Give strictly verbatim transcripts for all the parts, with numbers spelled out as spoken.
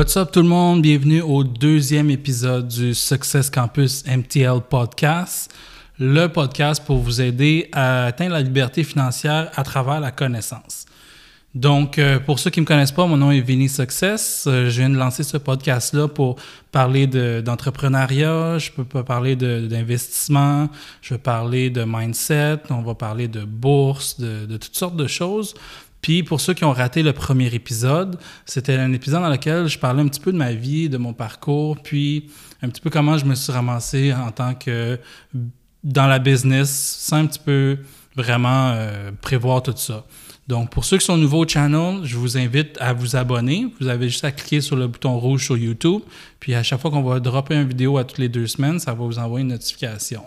What's up tout le monde? Bienvenue au deuxième épisode du Success Campus M T L Podcast, le podcast pour vous aider à atteindre la liberté financière à travers la connaissance. Donc, euh, pour ceux qui ne me connaissent pas, mon nom est Vinny Success. Euh, je viens de lancer ce podcast-là pour parler de, d'entrepreneuriat, je peux pas parler de, d'investissement, je vais parler de mindset, on va parler de bourse, de, de toutes sortes de choses. Puis pour ceux qui ont raté le premier épisode, c'était un épisode dans lequel je parlais un petit peu de ma vie, de mon parcours, puis un petit peu comment je me suis ramassé en tant que dans la business, sans un petit peu vraiment euh, prévoir tout ça. Donc pour ceux qui sont nouveaux au channel, je vous invite à vous abonner. Vous avez juste à cliquer sur le bouton rouge sur YouTube, puis à chaque fois qu'on va dropper une vidéo à toutes les deux semaines, ça va vous envoyer une notification.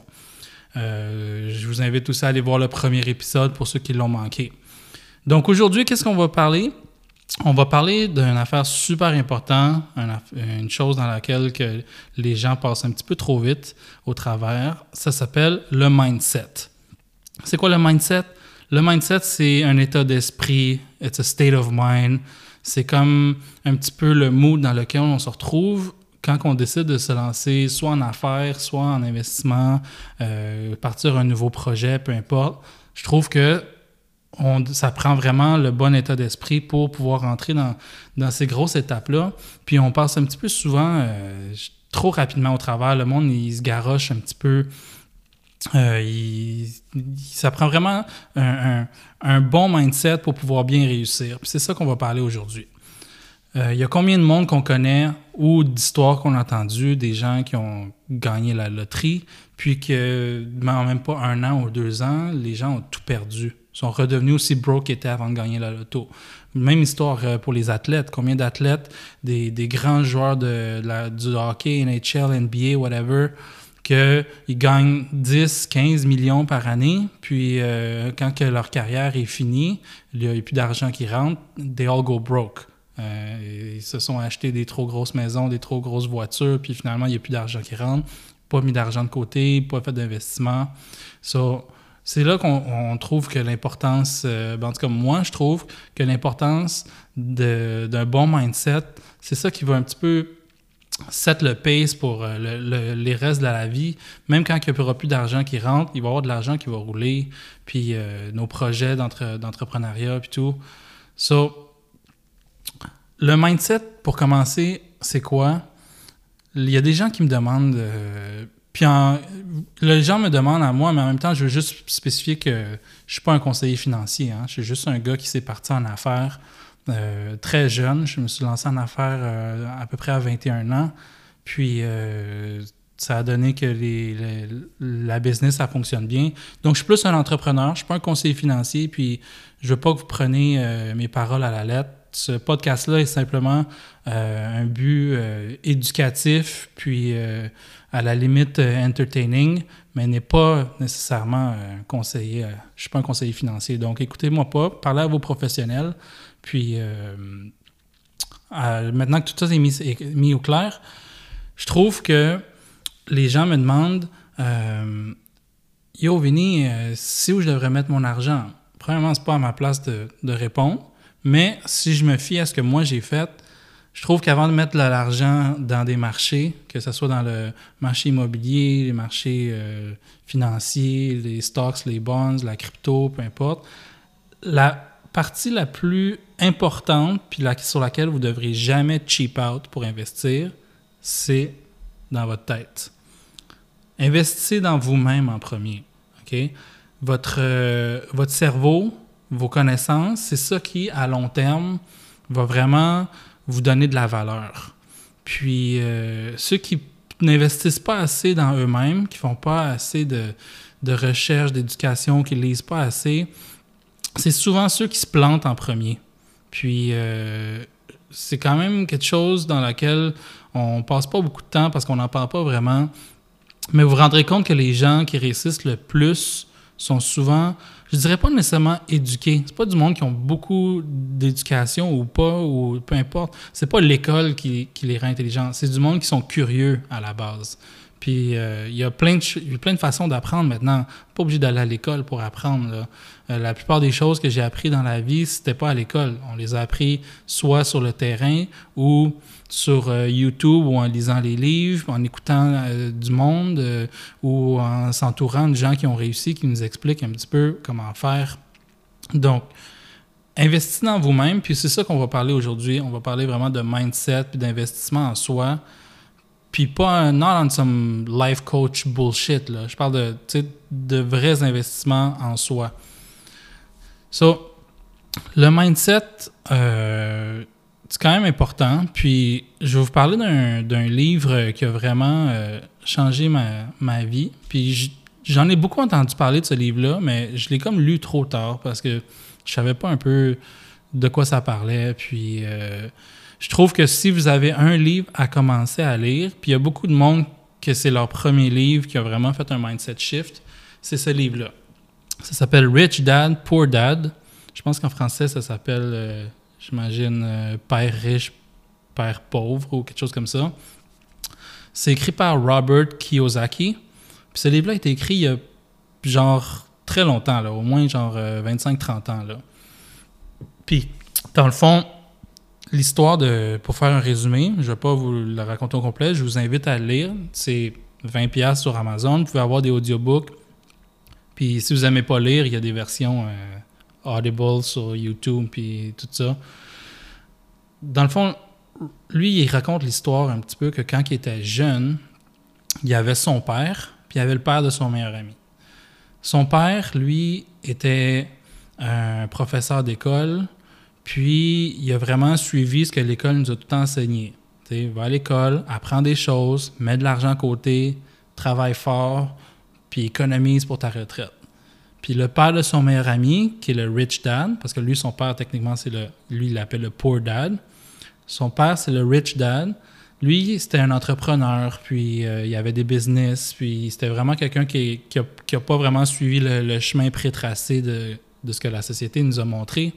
Euh, je vous invite aussi à aller voir le premier épisode pour ceux qui l'ont manqué. Donc aujourd'hui, qu'est-ce qu'on va parler? On va parler d'une affaire super importante, une chose dans laquelle que les gens passent un petit peu trop vite au travers. Ça s'appelle le mindset. C'est quoi le mindset? Le mindset, c'est un état d'esprit, it's a state of mind. C'est comme un petit peu le mood dans lequel on se retrouve quand on décide de se lancer soit en affaires, soit en investissement, euh, partir un nouveau projet, peu importe. Je trouve que On, ça prend vraiment le bon état d'esprit pour pouvoir rentrer dans, dans ces grosses étapes-là. Puis on passe un petit peu souvent euh, trop rapidement au travers. Le monde, il se garoche un petit peu. Euh, il, il, ça prend vraiment un, un, un bon mindset pour pouvoir bien réussir. Puis c'est ça qu'on va parler aujourd'hui. Euh, il y a combien de monde qu'on connaît ou d'histoires qu'on a entendues, des gens qui ont gagné la loterie, puis que en même pas un an ou deux ans, les gens ont tout perdu. Ils sont redevenus aussi broke qu'ils étaient avant de gagner la loto. Même histoire pour les athlètes. Combien d'athlètes, des, des grands joueurs de, de la, du hockey, N H L, N B A, whatever, qu'ils gagnent dix, quinze millions par année, puis euh, quand que leur carrière est finie, il n'y a plus d'argent qui rentre, they all go broke. Euh, ils se sont achetés des trop grosses maisons, des trop grosses voitures, puis finalement, il n'y a plus d'argent qui rentre, pas mis d'argent de côté, pas fait d'investissement. So, c'est là qu'on on trouve que l'importance, euh, ben en tout cas moi je trouve que l'importance de, d'un bon mindset, c'est ça qui va un petit peu set le pace pour euh, le, le, les restes de la vie. Même quand il n'y aura plus d'argent qui rentre, il va y avoir de l'argent qui va rouler, puis euh, nos projets d'entre, d'entrepreneuriat puis tout. So, le mindset, pour commencer, c'est quoi? Il y a des gens qui me demandent... Euh, Puis en, les gens me demandent à moi, mais en même temps, je veux juste spécifier que je ne suis pas un conseiller financier. Hein. Je suis juste un gars qui s'est parti en affaires euh, très jeune. Je me suis lancé en affaires euh, à peu près à vingt et un ans. Puis euh, ça a donné que les, les, la business, ça fonctionne bien. Donc, je suis plus un entrepreneur. Je ne suis pas un conseiller financier. Puis je ne veux pas que vous preniez euh, mes paroles à la lettre. Ce podcast-là est simplement euh, un but euh, éducatif, puis euh, à la limite euh, entertaining, mais n'est pas nécessairement un conseiller. Euh, je ne suis pas un conseiller financier. Donc, écoutez-moi pas, parlez à vos professionnels. Puis, euh, euh, maintenant que tout ça est mis, est mis au clair, je trouve que les gens me demandent euh, « Yo, Vinny, euh, c'est où je devrais mettre mon argent? » Premièrement, ce n'est pas à ma place de, de répondre. Mais si je me fie à ce que moi j'ai fait, je trouve qu'avant de mettre de l'argent dans des marchés, que ce soit dans le marché immobilier, les marchés euh, financiers, les stocks, les bonds, la crypto, peu importe, la partie la plus importante puis la, sur laquelle vous ne devrez jamais cheap out pour investir, c'est dans votre tête. Investissez dans vous-même en premier. Okay? Votre, euh, votre cerveau, vos connaissances, c'est ça qui, à long terme, va vraiment vous donner de la valeur. Puis, euh, ceux qui n'investissent pas assez dans eux-mêmes, qui ne font pas assez de, de recherche, d'éducation, qui ne lisent pas assez, c'est souvent ceux qui se plantent en premier. Puis, euh, c'est quand même quelque chose dans laquelle on ne passe pas beaucoup de temps parce qu'on n'en parle pas vraiment. Mais vous vous rendrez compte que les gens qui réussissent le plus sont souvent, je dirais pas nécessairement éduqués. C'est pas du monde qui ont beaucoup d'éducation ou pas, ou peu importe. C'est pas l'école qui, qui les rend intelligents. C'est du monde qui sont curieux à la base. Puis euh, il y a plein de, ch- il y a plein de façons d'apprendre maintenant. Pas obligé d'aller à l'école pour apprendre, là. Euh, la plupart des choses que j'ai appris dans la vie, c'était pas à l'école. On les a appris soit sur le terrain ou sur euh, YouTube ou en lisant les livres, en écoutant euh, du monde euh, ou en s'entourant de gens qui ont réussi, qui nous expliquent un petit peu comment faire. Donc, investissez dans vous-même, puis c'est ça qu'on va parler aujourd'hui. On va parler vraiment de mindset puis d'investissement en soi. Puis pas not on some life coach bullshit, là. Je parle de, tu sais, de vrais investissements en soi. So, le mindset, euh, c'est quand même important. Puis, je vais vous parler d'un, d'un livre qui a vraiment euh, changé ma, ma vie. Puis, j'en ai beaucoup entendu parler de ce livre-là, mais je l'ai comme lu trop tard parce que je savais pas un peu de quoi ça parlait. Puis, euh, je trouve que si vous avez un livre à commencer à lire, puis il y a beaucoup de monde que c'est leur premier livre qui a vraiment fait un mindset shift, c'est ce livre-là. Ça s'appelle Rich Dad, Poor Dad. Je pense qu'en français, ça s'appelle, euh, j'imagine, euh, Père riche, Père pauvre ou quelque chose comme ça. C'est écrit par Robert Kiyosaki. Puis ce livre-là a été écrit il y a genre très longtemps, là, au moins genre euh, vingt-cinq trente ans. Là. Puis, dans le fond, l'histoire de... Pour faire un résumé, je ne vais pas vous le raconter au complet, je vous invite à le lire. C'est vingt dollars sur Amazon. Vous pouvez avoir des audiobooks. Puis si vous n'aimez pas lire, il y a des versions euh, Audible sur YouTube puis tout ça. Dans le fond, lui, il raconte l'histoire un petit peu que quand il était jeune, il y avait son père, puis il y avait le père de son meilleur ami. Son père, lui, était un professeur d'école, puis il a vraiment suivi ce que l'école nous a tout le temps enseigné. T'sais, va à l'école, apprends des choses, mets de l'argent à côté, travaille fort, puis économise pour ta retraite. Puis le père de son meilleur ami, qui est le rich dad, parce que lui, son père, techniquement, c'est le, lui, il l'appelle le poor dad. Son père, c'est le rich dad. Lui, c'était un entrepreneur, puis euh, il avait des business, puis c'était vraiment quelqu'un qui n'a qui qui a pas vraiment suivi le, le chemin prétracé de, de ce que la société nous a montré.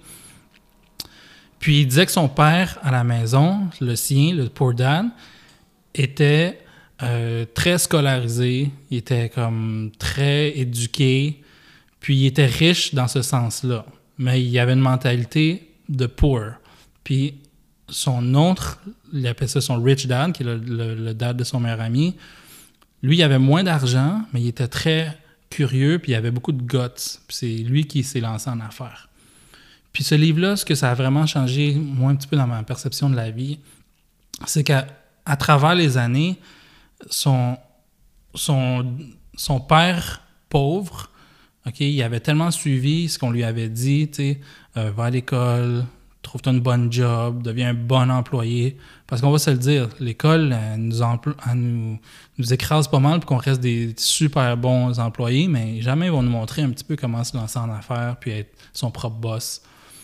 Puis il disait que son père, à la maison, le sien, le poor dad, était euh, très scolarisé, il était comme très éduqué, puis il était riche dans ce sens-là. Mais il avait une mentalité de poor. Puis son autre, il appelle ça son rich dad, qui est le, le, le dad de son meilleur ami, lui, il avait moins d'argent, mais il était très curieux, puis il avait beaucoup de guts. Puis c'est lui qui s'est lancé en affaires. Puis ce livre-là, ce que ça a vraiment changé, moi, un petit peu dans ma perception de la vie, c'est qu'à à travers les années, son, son, son père pauvre, OK, il avait tellement suivi ce qu'on lui avait dit, tu sais, euh, va à l'école, trouve-toi une bonne job, deviens un bon employé. Parce qu'on va se le dire, l'école, elle nous, empl- elle nous, nous écrase pas mal pour qu'on reste des super bons employés, mais jamais ils vont nous montrer un petit peu comment se lancer en affaires puis être son propre boss.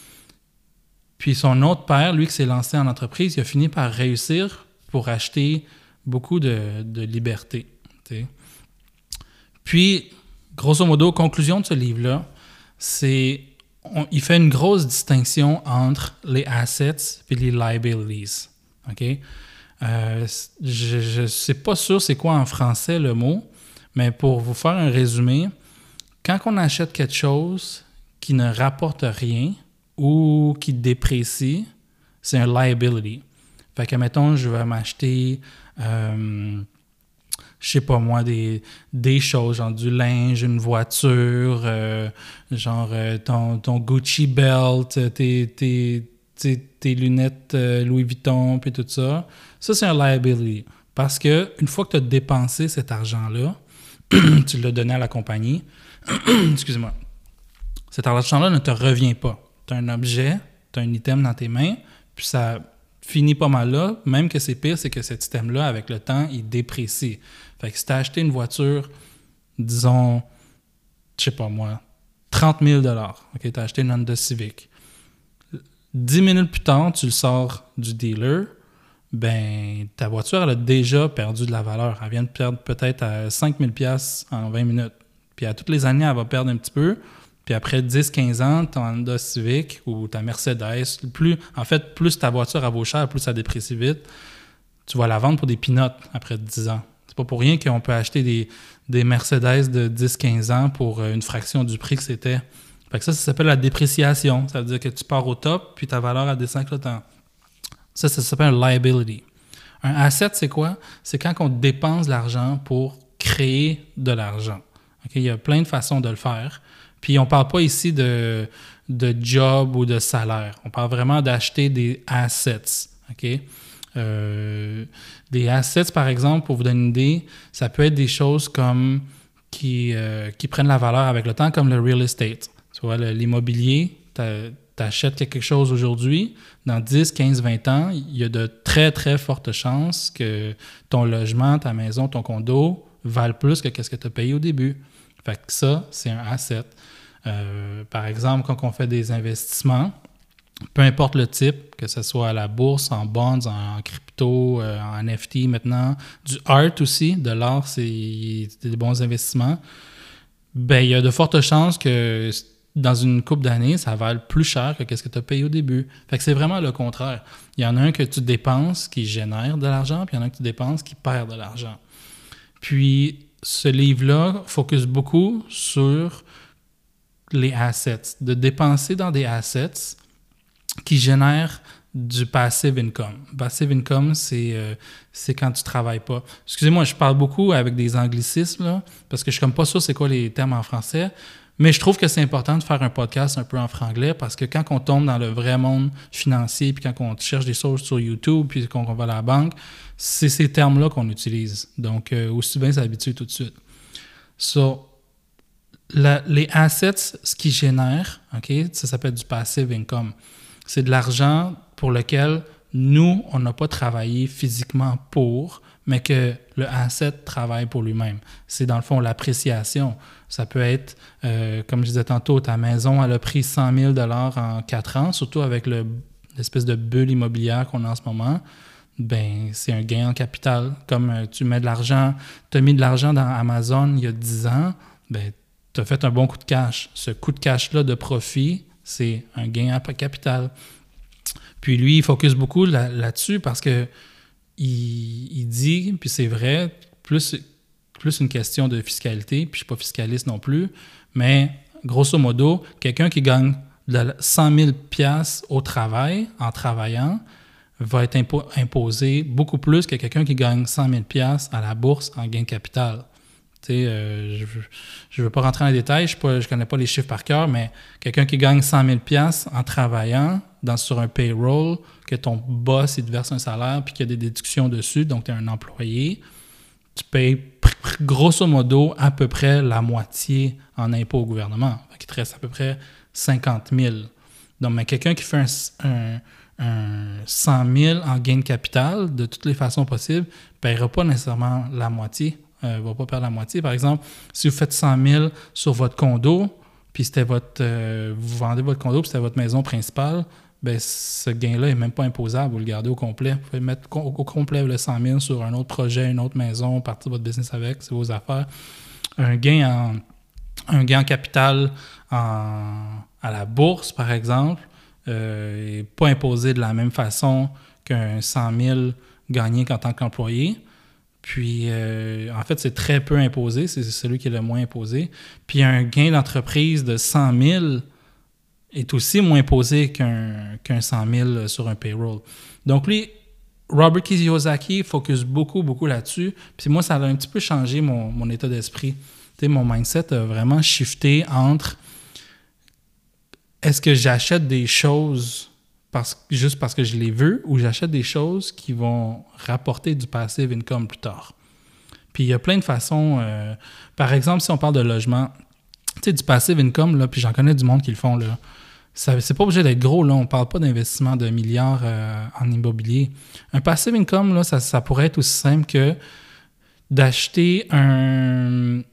Puis son autre père, lui qui s'est lancé en entreprise, il a fini par réussir pour acheter beaucoup de, de liberté. T'sais. Puis, grosso modo, conclusion de ce livre-là, c'est on, il fait une grosse distinction entre les assets et les liabilities. OK? Euh, je ne sais pas sûr c'est quoi en français le mot, mais pour vous faire un résumé, quand on achète quelque chose qui ne rapporte rien ou qui déprécie, c'est un liability. Fait que, mettons, je vais m'acheter, euh, je sais pas moi, des, des choses, genre du linge, une voiture, euh, genre euh, ton, ton Gucci belt, tes, tes, tes, tes lunettes euh, Louis Vuitton, puis tout ça. Ça, c'est un liability. Parce que une fois que tu as dépensé cet argent-là, tu l'as donné à la compagnie, excuse-moi, cet argent-là ne te revient pas. Tu as un objet, tu as un item dans tes mains, puis ça finit pas mal là. Même que c'est pire, c'est que cet item-là, avec le temps, il déprécie. Fait que si tu as acheté une voiture, disons, je sais pas moi, trente mille dollars, OK, tu as acheté une Honda Civic. dix minutes plus tard, tu le sors du dealer, ben ta voiture, elle a déjà perdu de la valeur. Elle vient de perdre peut-être à cinq mille dollars en vingt minutes. Puis à toutes les années, elle va perdre un petit peu. Puis après dix à quinze ans, ton Honda Civic ou ta Mercedes, plus, en fait, plus ta voiture elle vaut cher, plus ça déprécie vite, tu vas la vendre pour des peanuts après dix ans. C'est pas pour rien qu'on peut acheter des, des Mercedes de dix à quinze ans pour une fraction du prix que c'était. Fait que ça, ça s'appelle la dépréciation. Ça veut dire que tu pars au top, puis ta valeur elle descend avec le temps. Ça, ça s'appelle un liability. Un asset, c'est quoi? C'est quand on dépense de l'argent pour créer de l'argent. Okay? Il y a plein de façons de le faire. Puis on ne parle pas ici de, de job ou de salaire. On parle vraiment d'acheter des assets. Okay? Euh, des assets, par exemple, pour vous donner une idée, ça peut être des choses comme qui, euh, qui prennent la valeur avec le temps, comme le real estate. Tu vois, le, l'immobilier, tu achètes quelque chose aujourd'hui, dans dix, quinze, vingt ans, il y a de très, très fortes chances que ton logement, ta maison, ton condo valent plus que ce que tu as payé au début. Fait que ça, c'est un asset. Euh, par exemple, quand on fait des investissements, peu importe le type, que ce soit à la bourse, en bonds, en, en crypto, euh, en N F T maintenant, du art aussi, de l'art, c'est, c'est des bons investissements, ben il y a de fortes chances que dans une couple d'années, ça vale plus cher que ce que tu as payé au début. Fait que c'est vraiment le contraire. Il y en a un que tu dépenses qui génère de l'argent, puis il y en a un que tu dépenses qui perd de l'argent. Puis, ce livre-là focus beaucoup sur les assets, de dépenser dans des assets qui génèrent du passive income. Passive income, c'est, euh, c'est quand tu ne travailles pas. Excusez-moi, je parle beaucoup avec des anglicismes, là, parce que je ne suis comme pas sûr c'est quoi les termes en français, mais je trouve que c'est important de faire un podcast un peu en franglais parce que quand on tombe dans le vrai monde financier, puis quand on cherche des choses sur YouTube, puis qu'on va à la banque, c'est ces termes-là qu'on utilise. Donc, euh, aussi bien s'habituer tout de suite. So, la, les assets, ce qui génère, okay, ça s'appelle du passive income. C'est de l'argent pour lequel nous, on n'a pas travaillé physiquement pour, mais que le asset travaille pour lui-même. C'est dans le fond l'appréciation. Ça peut être, euh, comme je disais tantôt, ta maison, elle a pris cent mille dollars en quatre ans, surtout avec le, l'espèce de bulle immobilière qu'on a en ce moment. Ben, c'est un gain en capital. Comme euh, tu mets de l'argent, tu as mis de l'argent dans Amazon il y a dix ans, ben, tu as fait un bon coup de cash. Ce coup de cash-là de profit, c'est un gain en capital. Puis lui, il focus beaucoup là, là-dessus parce que il, il dit, puis c'est vrai, plus, plus une question de fiscalité, puis je ne suis pas fiscaliste non plus, mais grosso modo, quelqu'un qui gagne de cent mille dollars au travail, en travaillant, va être impo- imposé beaucoup plus que quelqu'un qui gagne cent mille dollars à la bourse en gain de capital. Tu sais, euh, je ne veux pas rentrer dans les détails, je ne connais pas les chiffres par cœur, mais quelqu'un qui gagne cent mille dollars en travaillant dans, sur un payroll, que ton boss il te verse un salaire puis qu'il y a des déductions dessus, donc tu es un employé, tu payes grosso modo à peu près la moitié en impôts au gouvernement. Il te reste à peu près cinquante mille. Donc, mais quelqu'un qui fait un, un, un cent mille en gain de capital, de toutes les façons possibles, ne paiera pas nécessairement la moitié. ne euh, va pas perdre la moitié. Par exemple, si vous faites cent mille sur votre condo, puis c'était votre, euh, vous vendez votre condo, puis c'était votre maison principale, ben ce gain-là n'est même pas imposable. Vous le gardez au complet. Vous pouvez mettre au, au complet le cent mille sur un autre projet, une autre maison, partir votre business avec, c'est vos affaires. Un gain en, un gain en capital en, à la bourse, par exemple, euh, n'est pas imposé de la même façon qu'un cent mille gagné en tant qu'employé. Puis, euh, en fait, c'est très peu imposé. C'est celui qui est le moins imposé. Puis, un gain d'entreprise de cent mille est aussi moins imposé qu'un, qu'un cent mille sur un payroll. Donc, lui, Robert Kiyosaki focus beaucoup, beaucoup là-dessus. Puis moi, ça a un petit peu changé mon, mon état d'esprit. Tu sais, mon mindset a vraiment shifté entre est-ce que j'achète des choses Parce, juste parce que je les veux, ou j'achète des choses qui vont rapporter du passive income plus tard. Puis il y a plein de façons. Euh, par exemple, si on parle de logement, tu sais, du passive income, là, puis j'en connais du monde qui le font, là. Ça, c'est pas obligé d'être gros, là. On parle pas d'investissement de milliards euh, en immobilier. Un passive income, là, ça, ça pourrait être aussi simple que d'acheter un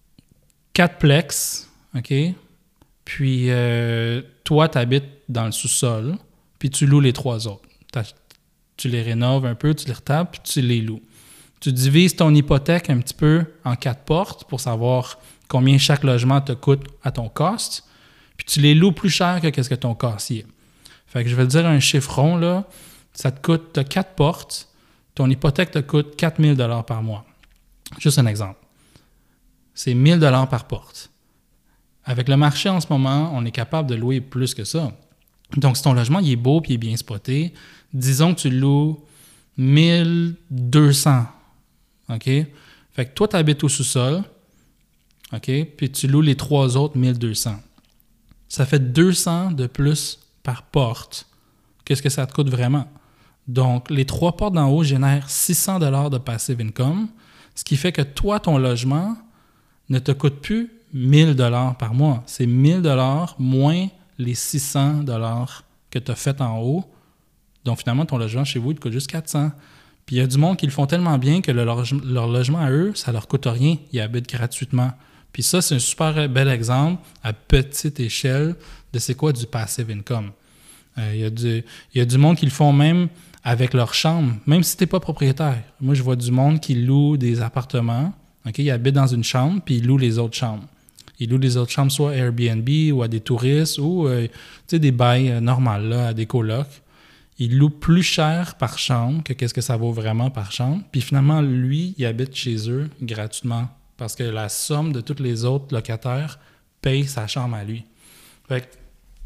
quatreplex, OK? Puis euh, toi, tu habites dans le sous-sol, puis tu loues les trois autres. Tu les rénoves un peu, tu les retapes, puis tu les loues. Tu divises ton hypothèque un petit peu en quatre portes pour savoir combien chaque logement te coûte à ton cost, puis tu les loues plus cher que ce que ton cost y est. Fait que je vais te dire un chiffre rond, là, ça te coûte, tu as quatre portes, ton hypothèque te coûte quatre mille dollars par mois. Juste un exemple. C'est mille dollars par porte. Avec le marché en ce moment, on est capable de louer plus que ça. Donc, si ton logement il est beau et il est bien spoté, disons que tu loues mille deux cents. OK? Fait que toi, tu habites au sous-sol, OK? Puis tu loues les trois autres mille deux cents. Ça fait deux cents de plus par porte. Qu'est-ce que ça te coûte vraiment? Donc, les trois portes d'en haut génèrent six cents dollars de passive income, ce qui fait que toi, ton logement ne te coûte plus mille dollars par mois. C'est mille dollars moins les six cents dollars que tu as fait en haut. Donc, finalement, ton logement chez vous, il te coûte juste quatre cents. Puis, il y a du monde qui le font tellement bien que le loge- leur logement à eux, ça leur coûte rien. Ils habitent gratuitement. Puis ça, c'est un super bel exemple à petite échelle de c'est quoi du passive income. Euh, il y a du, il y a du monde qui le font même avec leur chambre, même si tu n'es pas propriétaire. Moi, je vois du monde qui loue des appartements. Okay? Ils habitent dans une chambre, puis ils louent les autres chambres. Ils louent les autres chambres soit à Airbnb ou à des touristes ou euh, des bails euh, normales, là, à des colocs. Ils louent plus cher par chambre que qu'est-ce que ça vaut vraiment par chambre. Puis finalement, lui, il habite chez eux gratuitement parce que la somme de tous les autres locataires paye sa chambre à lui. Fait que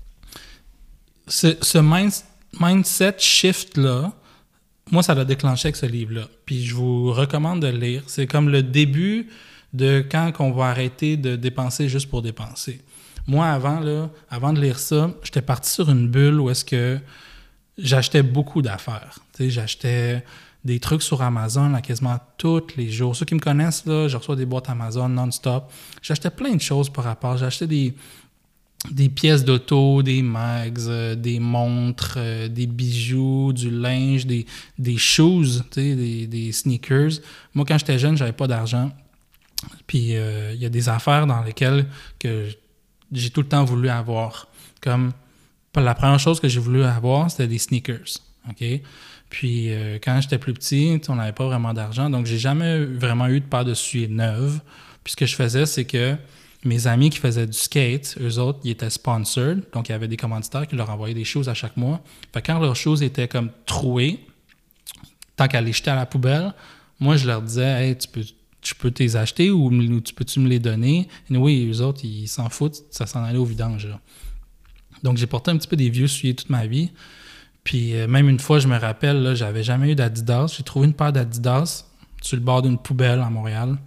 ce, ce mind, mindset shift-là, moi, ça l'a déclenché avec ce livre-là. Puis je vous recommande de le lire. C'est comme le début de quand on va arrêter de dépenser juste pour dépenser. Moi, avant, là, avant de lire ça, j'étais parti sur une bulle où est-ce que j'achetais beaucoup d'affaires. Tu sais, j'achetais des trucs sur Amazon là, quasiment tous les jours. Ceux qui me connaissent, là, je reçois des boîtes Amazon non-stop. J'achetais plein de choses par rapport. J'achetais des, des pièces d'auto, des mags, euh, des montres, euh, des bijoux, du linge, des, des shoes, tu sais, des, des sneakers. Moi, quand j'étais jeune, j'avais pas d'argent. Puis, il euh, y a des affaires dans lesquelles que j'ai tout le temps voulu avoir. Comme, la première chose que j'ai voulu avoir, c'était des sneakers. OK? Puis, euh, quand j'étais plus petit, on n'avait pas vraiment d'argent. Donc, j'ai jamais vraiment eu de paire de souliers neuves. Puis, ce que je faisais, c'est que mes amis qui faisaient du skate, eux autres, ils étaient sponsored. Donc, il y avait des commanditaires qui leur envoyaient des choses à chaque mois. Fait que quand leurs choses étaient comme trouées, tant qu'à les jeter à la poubelle, moi, je leur disais, hey, tu peux. Tu peux te les acheter ou, ou tu peux-tu me les donner? Et oui, eux autres, ils s'en foutent, ça s'en allait au vidange. Là. Donc, j'ai porté un petit peu des vieux souliers toute ma vie. Puis, euh, même une fois, je me rappelle, là, j'avais jamais eu d'Adidas. J'ai trouvé une paire d'Adidas sur le bord d'une poubelle à Montréal.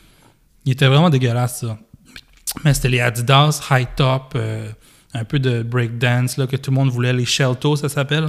Il était vraiment dégueulasse, ça. Mais c'était les Adidas high top, euh, un peu de breakdance, là, que tout le monde voulait, les shell toe, ça s'appelle.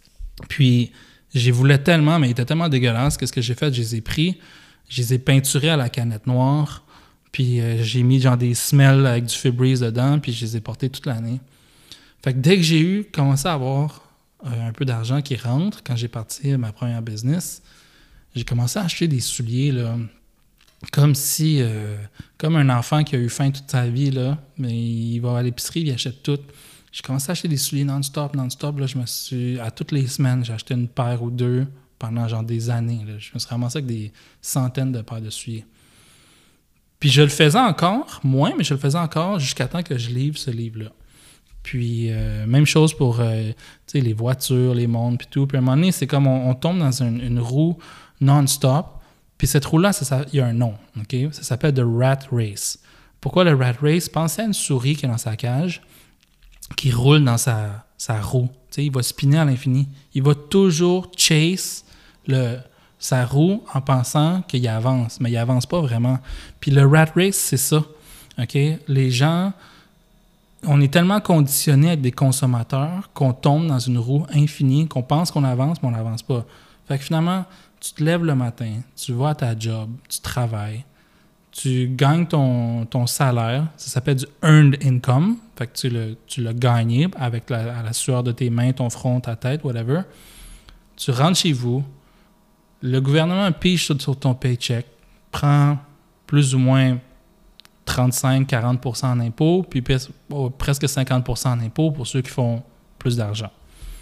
Puis, j'y voulais tellement, mais ils étaient tellement dégueulasses. Qu'est-ce que j'ai fait? Je les ai pris. Je les ai peinturés à la canette noire, puis euh, j'ai mis genre des smells avec du Febreze dedans, puis je les ai portés toute l'année. Fait que dès que j'ai eu commencé à avoir euh, un peu d'argent qui rentre, quand j'ai parti ma première business, j'ai commencé à acheter des souliers, là, comme si, euh, comme un enfant qui a eu faim toute sa vie, là, mais il va à l'épicerie, il achète tout. J'ai commencé à acheter des souliers non-stop, non-stop, là, je me suis, à toutes les semaines, j'ai acheté une paire ou deux, pendant genre des années. Là. Je me suis ramassé avec des centaines de paires de souliers. Puis je le faisais encore, moins, mais je le faisais encore jusqu'à temps que je livre ce livre-là. Puis euh, même chose pour euh, les voitures, les montres, puis tout. Puis à un moment donné, c'est comme on, on tombe dans une, une roue non-stop. Puis cette roue-là, il y a un nom. Okay? Ça s'appelle The Rat Race. Pourquoi le Rat Race? Pensez à une souris qui est dans sa cage, qui roule dans sa, sa roue. T'sais, il va spinner à l'infini. Il va toujours chase le, sa roue en pensant qu'il avance, mais il avance pas vraiment. Puis le rat race, c'est ça. Okay? Les gens, on est tellement conditionnés avec des consommateurs qu'on tombe dans une roue infinie, qu'on pense qu'on avance, mais on n'avance pas. Fait que finalement, tu te lèves le matin, tu vas à ta job, tu travailles, tu gagnes ton, ton salaire, ça s'appelle du earned income, fait que tu, le, tu l'as gagné avec la, la sueur de tes mains, ton front, ta tête, whatever. Tu rentres chez vous, le gouvernement pige sur ton paycheck, prend plus ou moins trente-cinq à quarante pour cent en impôts, puis presque cinquante pour cent en impôts pour ceux qui font plus d'argent.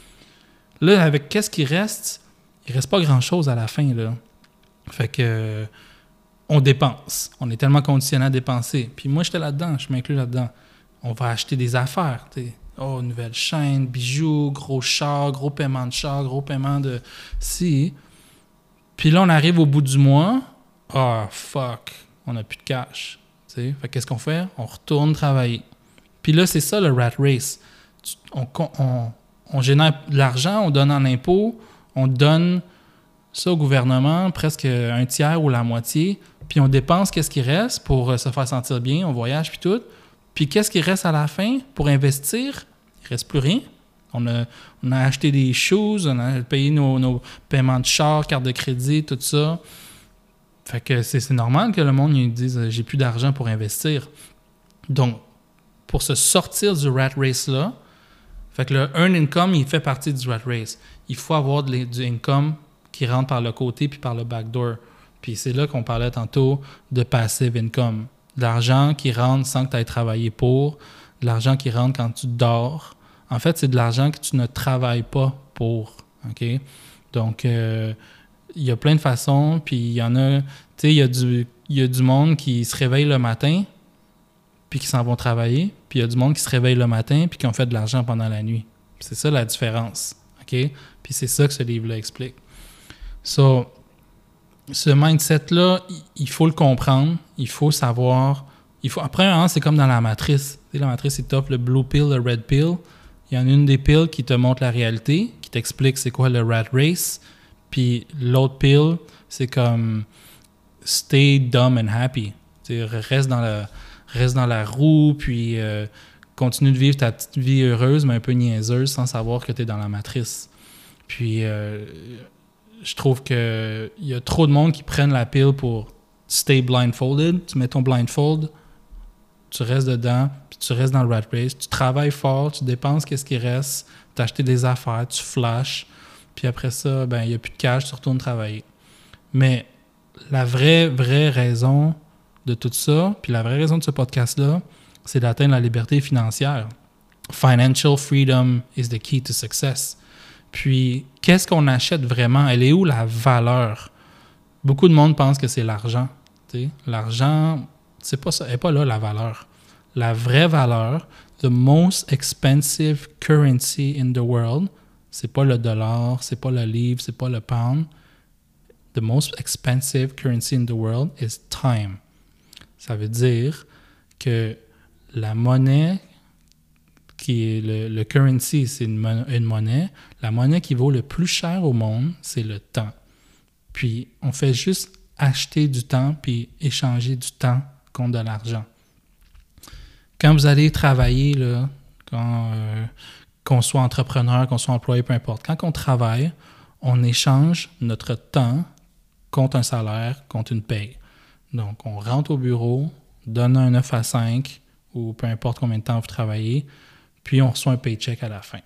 Là, avec qu'est-ce qui reste? Il reste pas grand-chose à la fin, là. Fait que on dépense. On est tellement conditionné à dépenser. Puis moi, j'étais là-dedans, je m'inclus là-dedans. On va acheter des affaires, tu sais. Oh, nouvelle chaîne, bijoux, gros char, gros paiement de char, gros paiement de... Si. Puis là, on arrive au bout du mois, Ah, oh, fuck, on n'a plus de cash. T'sais? Fait qu'est-ce qu'on fait? On retourne travailler. Puis là, c'est ça le rat race. On, on, on génère de l'argent, on donne en impôts, on donne ça au gouvernement, presque un tiers ou la moitié, puis on dépense qu'est-ce qui reste pour se faire sentir bien, on voyage puis tout. Puis qu'est-ce qui reste à la fin pour investir? Il reste plus rien. On a, on a acheté des shoes, on a payé nos, nos paiements de char, carte de crédit, tout ça. Fait que c'est, c'est normal que le monde il dise « j'ai plus d'argent pour investir ». Donc, pour se sortir du rat race-là, fait que le earn income, il fait partie du rat race. Il faut avoir de, du income qui rentre par le côté puis par le backdoor. Puis c'est là qu'on parlait tantôt de passive income. De l'argent qui rentre sans que tu aies travaillé pour, de l'argent qui rentre quand tu dors. En fait, c'est de l'argent que tu ne travailles pas pour. OK? Donc, euh, il y a plein de façons, puis il y en a... Tu sais, il y a du, il y a du monde qui se réveille le matin puis qui s'en vont travailler, puis il y a du monde qui se réveille le matin puis qui ont fait de l'argent pendant la nuit. C'est ça la différence. OK? Puis c'est ça que ce livre-là explique. So, ce mindset-là, il faut le comprendre, il faut savoir... Il faut, après, hein, c'est comme dans la matrice. Tu sais, la matrice, c'est top, le blue pill, le red pill. Il y en a une des pills qui te montre la réalité, qui t'explique c'est quoi le rat race. Puis l'autre pill, c'est comme stay dumb and happy. Tu sais, reste dans la, reste dans la roue, puis euh, continue de vivre ta petite vie heureuse, mais un peu niaiseuse, sans savoir que tu es dans la matrice. Puis euh, je trouve qu'il y a trop de monde qui prennent la pile pour stay blindfolded. Tu mets ton blindfold, tu restes dedans, puis tu restes dans le rat race. Tu travailles fort, tu dépenses qu'est-ce qui reste, tu as acheté des affaires, tu flashes, puis après ça, ben il n'y a plus de cash, tu retournes travailler. Mais la vraie, vraie raison de tout ça, puis la vraie raison de ce podcast-là, c'est d'atteindre la liberté financière. Financial freedom is the key to success. Puis, qu'est-ce qu'on achète vraiment? Elle est où la valeur? Beaucoup de monde pense que c'est l'argent. T'sais. L'argent, c'est pas ça, elle n'est pas là la valeur. La vraie valeur, the most expensive currency in the world, c'est pas le dollar, c'est pas le livre, c'est pas le pound. The most expensive currency in the world is time. Ça veut dire que la monnaie qui est le, le currency, c'est une, mon- une monnaie. La monnaie qui vaut le plus cher au monde, c'est le temps. Puis, on fait juste acheter du temps puis échanger du temps contre de l'argent. Quand vous allez travailler, là, quand, euh, qu'on soit entrepreneur, qu'on soit employé, peu importe, quand on travaille, on échange notre temps contre un salaire, contre une paye. Donc, on rentre au bureau, donne un neuf à cinq ou peu importe combien de temps vous travaillez, puis on reçoit un paycheck à la fin.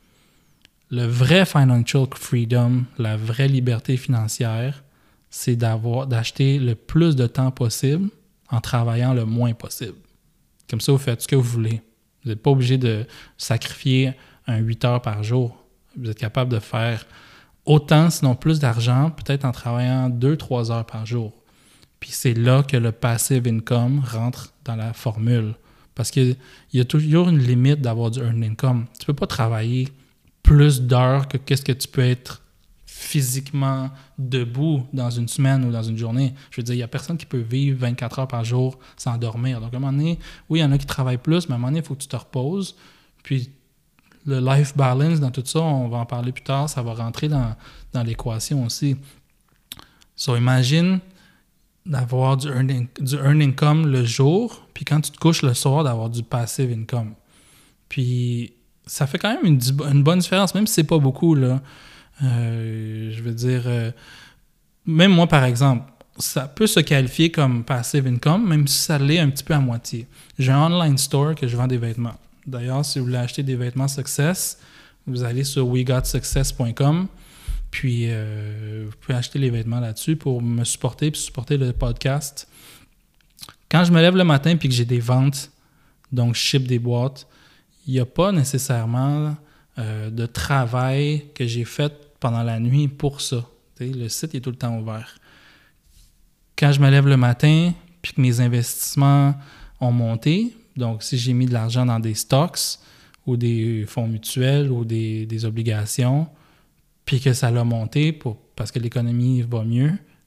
Le vrai financial freedom, la vraie liberté financière, c'est d'avoir, d'acheter le plus de temps possible en travaillant le moins possible. Comme ça, vous faites ce que vous voulez. Vous n'êtes pas obligé de sacrifier un huit heures par jour. Vous êtes capable de faire autant, sinon plus d'argent, peut-être en travaillant deux à trois heures par jour. Puis c'est là que le passive income rentre dans la formule. Parce qu'il y a toujours une limite d'avoir du earned income. Tu ne peux pas travailler plus d'heures que qu'est-ce que tu peux être physiquement debout dans une semaine ou dans une journée. Je veux dire, il n'y a personne qui peut vivre vingt-quatre heures par jour sans dormir. Donc, à un moment donné, oui, il y en a qui travaillent plus, mais à un moment donné, il faut que tu te reposes. Puis, le life balance dans tout ça, on va en parler plus tard, ça va rentrer dans, dans l'équation aussi. So, imagine d'avoir du earning, du earn income le jour, puis quand tu te couches le soir, d'avoir du passive income. Puis, ça fait quand même une, une bonne différence, même si c'est pas beaucoup, là. Euh, je veux dire, euh, même moi, par exemple, ça peut se qualifier comme passive income, même si ça l'est un petit peu à moitié. J'ai un online store que je vends des vêtements. D'ailleurs, si vous voulez acheter des vêtements Success, vous allez sur we got success point com, puis euh, vous pouvez acheter les vêtements là-dessus pour me supporter puis supporter le podcast. Quand je me lève le matin puis que j'ai des ventes, donc je ship des boîtes, il n'y a pas nécessairement euh, de travail que j'ai fait pendant la nuit pour ça. T'sais, le site est tout le temps ouvert. Quand je me lève le matin puis que mes investissements ont monté, donc si j'ai mis de l'argent dans des stocks ou des fonds mutuels ou des, des obligations, puis que ça l'a monté pour, parce que l'économie va mieux,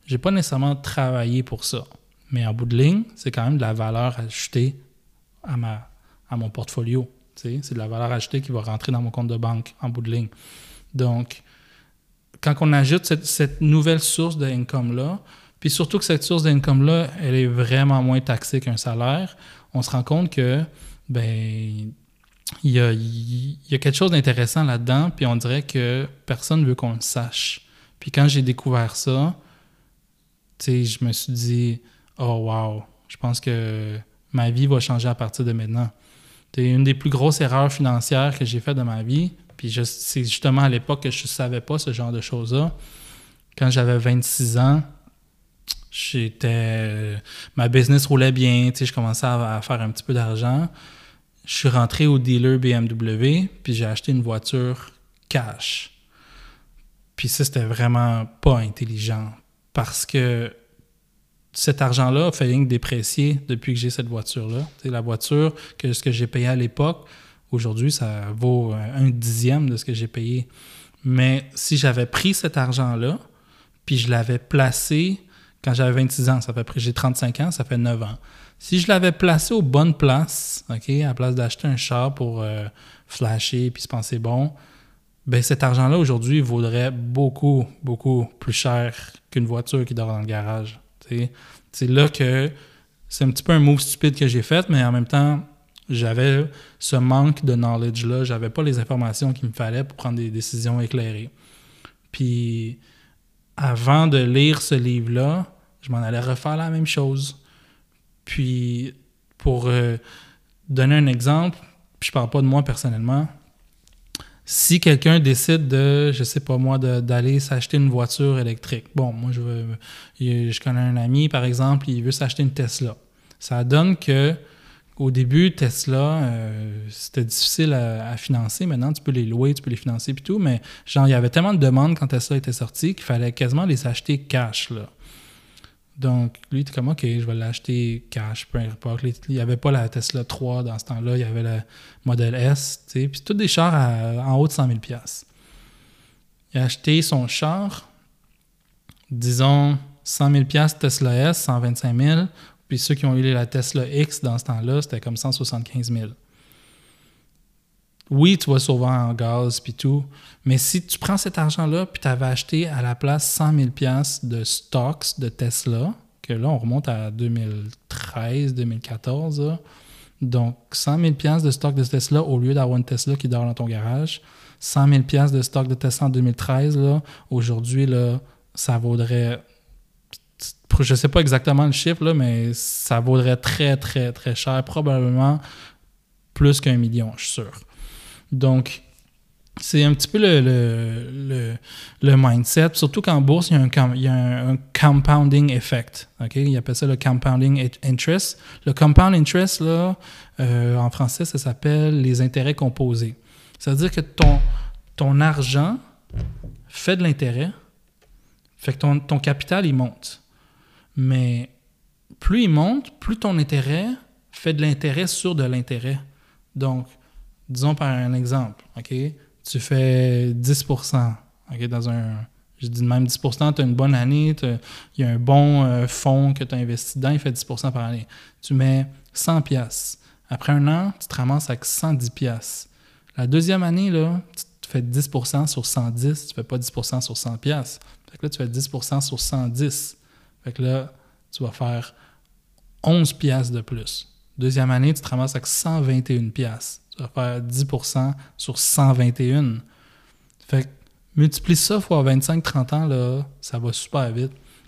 j'ai pas nécessairement travaillé pour ça. Mais en bout de ligne, c'est quand même de la valeur ajoutée à, ma, à mon portfolio. T'sais? C'est de la valeur ajoutée qui va rentrer dans mon compte de banque en bout de ligne. Donc, quand on ajoute cette, cette nouvelle source d'income-là, puis surtout que cette source d'income-là, elle est vraiment moins taxée qu'un salaire, on se rend compte que, ben, il y a, il y a quelque chose d'intéressant là-dedans, puis on dirait que personne ne veut qu'on le sache. Puis quand j'ai découvert ça, tu sais, je me suis dit, oh wow, je pense que ma vie va changer à partir de maintenant. C'est une des plus grosses erreurs financières que j'ai faites de ma vie. Puis je, c'est justement à l'époque que je ne savais pas ce genre de choses-là. Quand j'avais vingt-six ans, j'étais, ma business roulait bien, tu sais, je commençais à, à faire un petit peu d'argent. Je suis rentré au dealer B M W, puis j'ai acheté une voiture cash. Puis ça, c'était vraiment pas intelligent parce que cet argent-là a fait rien que déprécier depuis que j'ai cette voiture-là. Tu sais, la voiture, que ce que j'ai payé à l'époque, aujourd'hui, ça vaut un dixième de ce que j'ai payé. Mais si j'avais pris cet argent-là, puis je l'avais placé quand j'avais vingt-six ans, ça fait, j'ai trente-cinq ans, ça fait neuf ans. Si je l'avais placé aux bonnes places, OK, à la place d'acheter un char pour euh, flasher puis se penser bon, ben cet argent-là, aujourd'hui, vaudrait beaucoup, beaucoup plus cher qu'une voiture qui dort dans le garage. T'sais. C'est là que c'est un petit peu un move stupide que j'ai fait, mais en même temps, j'avais ce manque de knowledge-là. J'avais pas les informations qu'il me fallait pour prendre des décisions éclairées. Puis, avant de lire ce livre-là, je m'en allais refaire la même chose. Puis, pour euh, donner un exemple, puis je parle pas de moi personnellement, si quelqu'un décide de, je sais pas moi, de, d'aller s'acheter une voiture électrique. Bon, moi, je veux, je connais un ami, par exemple, il veut s'acheter une Tesla. Ça donne que au début, Tesla, euh, c'était difficile à, à financer. Maintenant, tu peux les louer, tu peux les financer et tout, mais genre, il y avait tellement de demandes quand Tesla était sorti qu'il fallait quasiment les acheter cash, là. Donc, lui, il était comme, OK, je vais l'acheter cash, peu importe. Il n'y avait pas la Tesla trois dans ce temps-là, il y avait le Model S, tu sais, puis c'est tous des chars à, en haut de cent mille dollars. Il a acheté son char, disons, cent mille dollars Tesla S, cent vingt-cinq mille, puis ceux qui ont eu la Tesla X dans ce temps-là, c'était comme cent soixante-quinze mille. Oui, tu vas sauver en gaz puis tout, mais si tu prends cet argent-là puis tu avais acheté à la place cent mille dollars de stocks de Tesla, que là, on remonte à deux mille treize, deux mille quatorze, là. Donc, cent mille dollars de stock de Tesla au lieu d'avoir une Tesla qui dort dans ton garage, cent mille dollars de stock de Tesla en deux mille treize, là, aujourd'hui, là, ça vaudrait, je ne sais pas exactement le chiffre, là, mais ça vaudrait très, très, très cher, probablement plus qu'un million, je suis sûr. Donc, c'est un petit peu le, le, le, le mindset. Surtout qu'en bourse, il y a un, il y a un, un compounding effect. Okay? Ils appellent ça le compounding interest. Le compound interest, là, euh, en français, ça s'appelle les intérêts composés. C'est-à-dire que ton, ton argent fait de l'intérêt, fait que ton, ton capital, il monte. Mais plus il monte, plus ton intérêt fait de l'intérêt sur de l'intérêt. Donc, disons par un exemple, OK? Tu fais dix pour cent, OK? Dans un, je dis même dix pour cent, tu as une bonne année, il y a un bon euh, fonds que tu as investi dedans, il fait dix pour cent par année. Tu mets cent dollars. Après un an, tu te ramasses avec cent dix dollars. La deuxième année, là, tu fais dix pour cent sur cent dix, tu ne fais pas dix pour cent sur cent dollars. Fait que là, tu fais dix pour cent sur cent dix. Fait que là, tu vas faire onze dollars de plus. Deuxième année, tu te ramasses avec cent vingt et un dollars. Tu vas faire dix pour cent sur cent vingt et un. Fait que multiplie ça fois vingt-cinq trente ans, là, ça va super vite.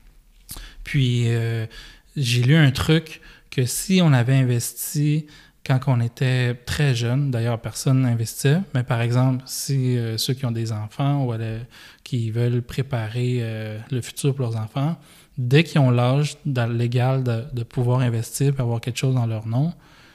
Puis, euh, j'ai lu un truc que si on avait investi quand on était très jeune, d'ailleurs, personne n'investissait, mais par exemple, si euh, ceux qui ont des enfants ou euh, qui veulent préparer euh, le futur pour leurs enfants, dès qu'ils ont l'âge légal de, de pouvoir investir et avoir quelque chose dans leur nom,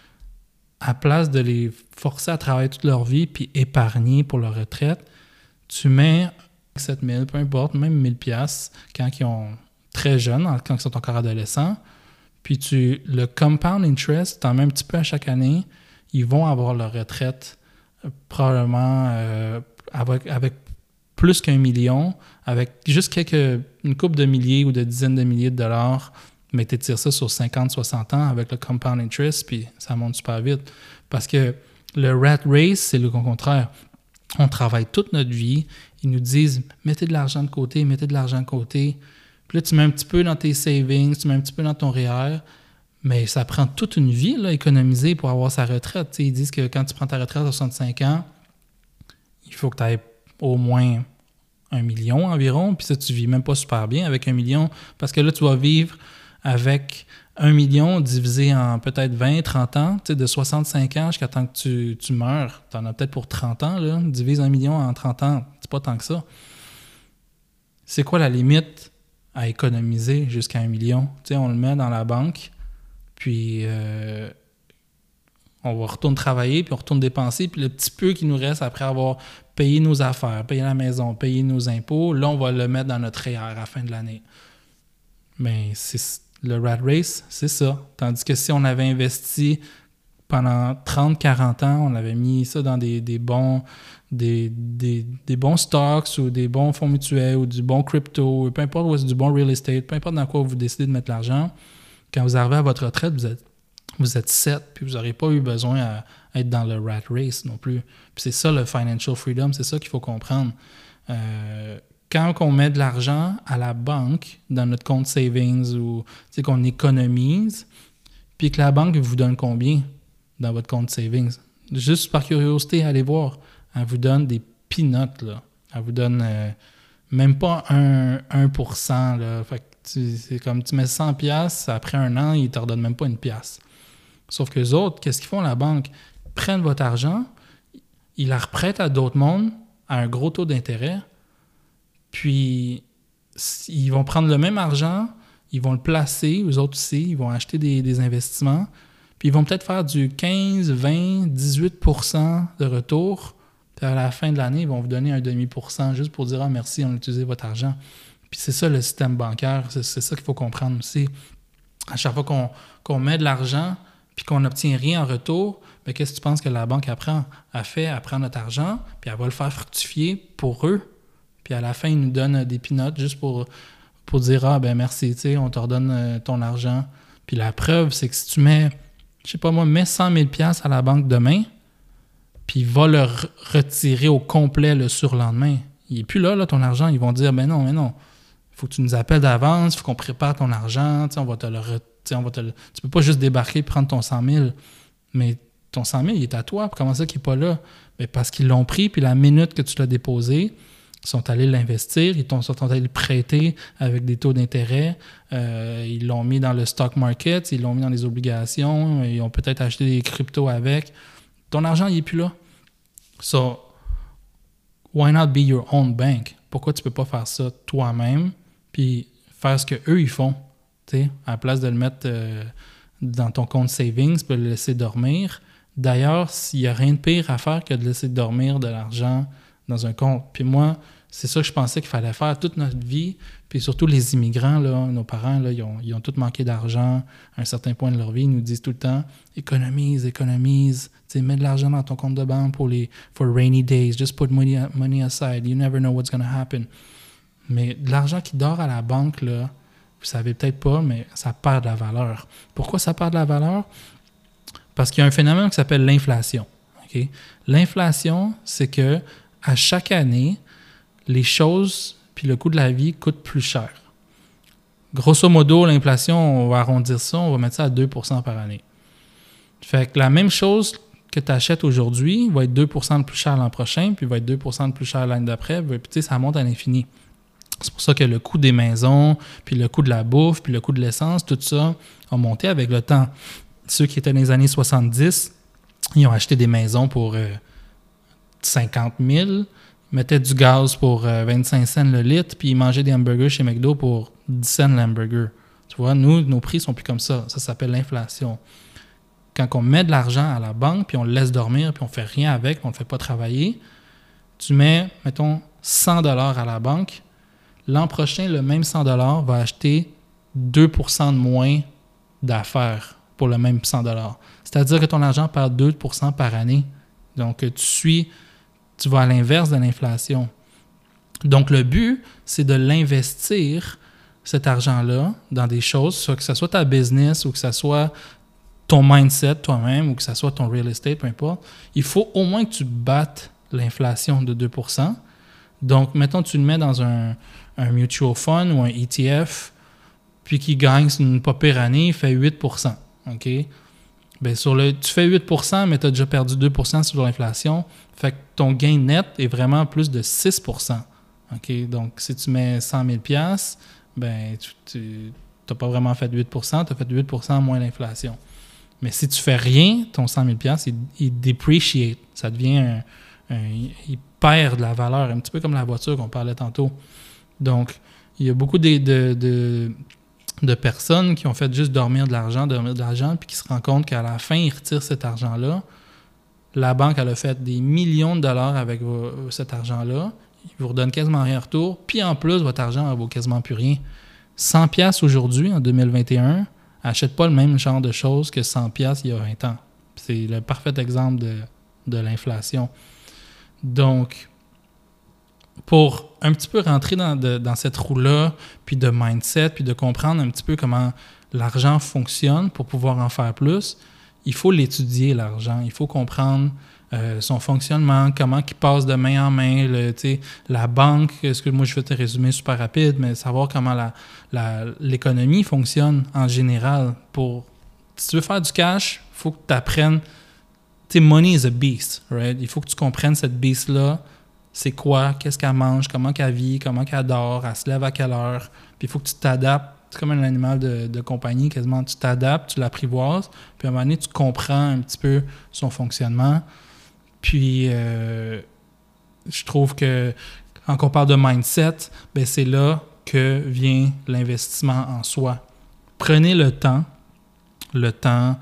à place de les forcer à travailler toute leur vie puis épargner pour leur retraite, tu mets sept mille, peu importe, même mille dollars quand ils sont très jeunes, quand ils sont encore adolescents, puis tu, le compound interest, tu en mets un petit peu à chaque année, ils vont avoir leur retraite euh, probablement euh, avec, avec plus qu'un million, avec juste quelques, une couple de milliers ou de dizaines de milliers de dollars, mais tu tires ça sur cinquante, soixante ans avec le compound interest, puis ça monte super vite. Parce que le rat race, c'est le contraire. On travaille toute notre vie. Ils nous disent « mettez de l'argent de côté, mettez de l'argent de côté ». Puis là, tu mets un petit peu dans tes savings, tu mets un petit peu dans ton R E E R, mais ça prend toute une vie, là, économiser pour avoir sa retraite. T'sais, ils disent que quand tu prends ta retraite à soixante-cinq ans, il faut que tu aies au moins un million environ, puis ça, tu vis même pas super bien avec un million, parce que là, tu vas vivre avec un million divisé en peut-être vingt, trente ans, tu sais, de soixante-cinq ans jusqu'à temps que tu, tu meurs. Tu en as peut-être pour trente ans, là. Divise un million en trente ans, c'est pas tant que ça. C'est quoi la limite à économiser jusqu'à un million? Tu sais, on le met dans la banque, puis euh, on va retourner travailler, puis on retourne dépenser, puis le petit peu qui nous reste après avoir payé nos affaires, payé la maison, payé nos impôts, là, on va le mettre dans notre R E E R à la fin de l'année. Mais c'est, le rat race, c'est ça. Tandis que si on avait investi pendant trente à quarante ans, on avait mis ça dans des, des, bons, des, des, des bons stocks ou des bons fonds mutuels ou du bon crypto, peu importe où c'est du bon real estate, peu importe dans quoi vous décidez de mettre l'argent, quand vous arrivez à votre retraite, vous êtes, vous êtes set, puis vous n'aurez pas eu besoin à être dans le rat race non plus. Puis c'est ça le financial freedom, c'est ça qu'il faut comprendre. Euh, Quand on met de l'argent à la banque, dans notre compte savings ou qu'on économise, puis que la banque vous donne combien dans votre compte savings? Juste par curiosité, allez voir. Elle vous donne des peanuts, là. Elle vous donne euh, même pas un, un pour cent, là. Fait que tu, c'est comme tu mets cent piastres, après un an, ils ne te redonnent même pas une pièce. Sauf que les autres, qu'est-ce qu'ils font, la banque? Ils prennent votre argent, ils la reprêtent à d'autres mondes à un gros taux d'intérêt. Puis, ils vont prendre le même argent, ils vont le placer, eux autres aussi, ils vont acheter des, des investissements, puis ils vont peut-être faire du quinze, vingt, dix-huit pour cent de retour, puis à la fin de l'année, ils vont vous donner un demi pour cent juste pour dire « Ah, merci, on a utilisé votre argent ». Puis c'est ça le système bancaire, c'est, c'est ça qu'il faut comprendre aussi. À chaque fois qu'on, qu'on met de l'argent, puis qu'on n'obtient rien en retour, bien, qu'est-ce que tu penses que la banque apprend? Elle fait, elle prend notre argent, puis elle va le faire fructifier pour eux. Puis à la fin, ils nous donnent des peanuts juste pour, pour dire « Ah, ben merci, tu sais, on te redonne ton argent. » Puis la preuve, c'est que si tu mets, je sais pas moi, mets cent mille dollars à la banque demain, puis va le re- retirer au complet le surlendemain. Il n'est plus là, là, ton argent. Ils vont dire « Ben non, mais non, il faut que tu nous appelles d'avance, il faut qu'on prépare ton argent, tu sais, on va te le... Re- on va te le... Tu peux pas juste débarquer et prendre ton cent mille. Mais ton cent mille, il est à toi. Puis comment ça qu'il n'est pas là? Ben parce qu'ils l'ont pris, puis la minute que tu l'as déposé, ils sont allés l'investir, ils sont allés le prêter avec des taux d'intérêt, euh, ils l'ont mis dans le stock market, ils l'ont mis dans les obligations, ils ont peut-être acheté des cryptos avec. Ton argent, il n'est plus là. So, why not be your own bank? Pourquoi tu ne peux pas faire ça toi-même puis faire ce qu'eux, ils font? T'sais, à la place de le mettre euh, dans ton compte savings, tu peux le laisser dormir. D'ailleurs, il n'y a rien de pire à faire que de laisser dormir de l'argent dans un compte. Puis moi, c'est ça que je pensais qu'il fallait faire toute notre vie. Puis surtout les immigrants, là, nos parents, là, ils ont, ils ont tous manqué d'argent à un certain point de leur vie. Ils nous disent tout le temps « économise, économise, mets de l'argent dans ton compte de banque pour les for rainy days, just put money, money aside, you never know what's going to happen ». Mais de l'argent qui dort à la banque, là, vous savez peut-être pas, mais ça perd de la valeur. Pourquoi ça perd de la valeur? Parce qu'il y a un phénomène qui s'appelle l'inflation. Okay? L'inflation, c'est que à chaque année, les choses puis le coût de la vie coûtent plus cher. Grosso modo, l'inflation, on va arrondir ça, on va mettre ça à deux pour cent par année. Fait que la même chose que tu achètes aujourd'hui va être deux pour cent de plus cher l'an prochain, puis va être deux pour cent de plus cher l'année d'après, puis tu sais, ça monte à l'infini. C'est pour ça que le coût des maisons, puis le coût de la bouffe, puis le coût de l'essence, tout ça a monté avec le temps. Ceux qui étaient dans les années soixante-dix, ils ont acheté des maisons pour euh, cinquante mille, ils mettaient du gaz pour euh, vingt-cinq cents le litre, puis ils mangeaient des hamburgers chez McDo pour dix cents l'hamburger. Tu vois, nous, nos prix sont plus comme ça. Ça s'appelle l'inflation. Quand on met de l'argent à la banque, puis on le laisse dormir, puis on ne fait rien avec, puis on ne le fait pas travailler, tu mets, mettons, cent dollars à la banque, l'an prochain, le même cent dollars va acheter deux pour cent de moins d'affaires pour le même cent dollars. C'est-à-dire que ton argent perd deux pour cent par année. Donc, tu suis, tu vas à l'inverse de l'inflation. Donc, le but, c'est de l'investir, cet argent-là, dans des choses, soit que ce soit ta business ou que ce soit ton mindset toi-même ou que ce soit ton real estate, peu importe. Il faut au moins que tu battes l'inflation de deux pour cent. Donc, mettons, tu le mets dans un, un mutual fund ou un E T F, puis qui gagne une pas pire année, il fait huit pour cent. OK? Bien, sur le, tu fais huit pour cent, mais tu as déjà perdu deux pour cent sur l'inflation. Fait que ton gain net est vraiment plus de six pour cent. OK? Donc, si tu mets cent mille dollars, ben, tu n'as pas vraiment fait huit pour cent, tu as fait huit pour cent moins l'inflation. Mais si tu fais rien, ton cent mille dollars, il, il depreciate. Ça devient un, un, il perd de la valeur, un petit peu comme la voiture qu'on parlait tantôt. Donc, il y a beaucoup de, de, de, de personnes qui ont fait juste dormir de l'argent, dormir de l'argent, puis qui se rendent compte qu'à la fin, ils retirent cet argent-là. La banque, elle a fait des millions de dollars avec vos, cet argent-là. Il vous redonne quasiment rien en retour. Puis en plus, votre argent ne vaut quasiment plus rien. cent dollars aujourd'hui, en deux mille vingt et un, n'achète pas le même genre de choses que cent dollars il y a vingt ans. C'est le parfait exemple de, de l'inflation. Donc, pour un petit peu rentrer dans, de, dans cette roue-là, puis de mindset, puis de comprendre un petit peu comment l'argent fonctionne pour pouvoir en faire plus, il faut l'étudier, l'argent. Il faut comprendre euh, son fonctionnement, comment il passe de main en main, le, la banque. Est-ce que moi, je vais te résumer super rapide, mais savoir comment la, la, l'économie fonctionne en général. Pour, si tu veux faire du cash, il faut que tu apprennes. Tu sais, money is a beast, right? Il faut que tu comprennes cette beast-là. C'est quoi? Qu'est-ce qu'elle mange? Comment qu'elle vit? Comment qu'elle dort? Elle se lève à quelle heure? Puis il faut que tu t'adaptes. C'est comme un animal de, de compagnie, quasiment. Tu t'adaptes, tu l'apprivoises, puis à un moment donné, tu comprends un petit peu son fonctionnement. Puis, euh, je trouve que quand on parle de mindset, ben c'est là que vient l'investissement en soi. Prenez le temps, le temps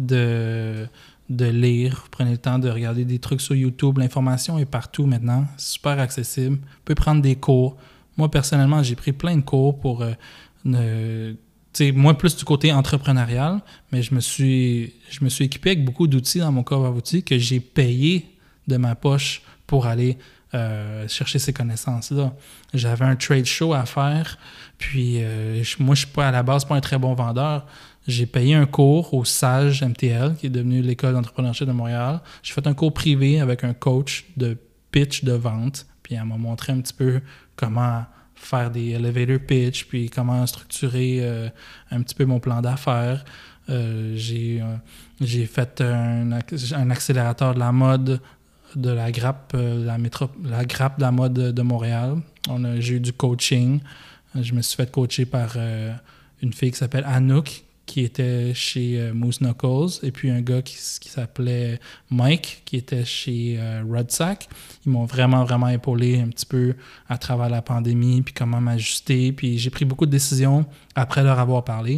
de, de lire, prenez le temps de regarder des trucs sur YouTube. L'information est partout maintenant, c'est super accessible. Vous pouvez prendre des cours. Moi, personnellement, j'ai pris plein de cours pour... Euh, ne, t'sais, moi, plus du côté entrepreneurial, mais je me suis, je me suis équipé avec beaucoup d'outils dans mon coffre à outils que j'ai payé de ma poche pour aller euh, chercher ces connaissances-là. J'avais un trade show à faire, puis euh, je, moi, je suis pas à la base pas un très bon vendeur. J'ai payé un cours au Sage M T L, qui est devenu l'École d'entrepreneurship de Montréal. J'ai fait un cours privé avec un coach de pitch de vente, puis elle m'a montré un petit peu comment faire des elevator pitch, puis comment structurer euh, un petit peu mon plan d'affaires. Euh, j'ai, euh, j'ai fait un, un accélérateur de la mode de la grappe, euh, la, métro, la grappe de la mode de, de Montréal. On a, j'ai eu du coaching. Je me suis fait coacher par euh, une fille qui s'appelle Anouk, qui était chez euh, Moose Knuckles, et puis un gars qui, qui s'appelait Mike, qui était chez euh, Rudsack. Ils m'ont vraiment, vraiment épaulé un petit peu à travers la pandémie, puis comment m'ajuster. Puis j'ai pris beaucoup de décisions après leur avoir parlé.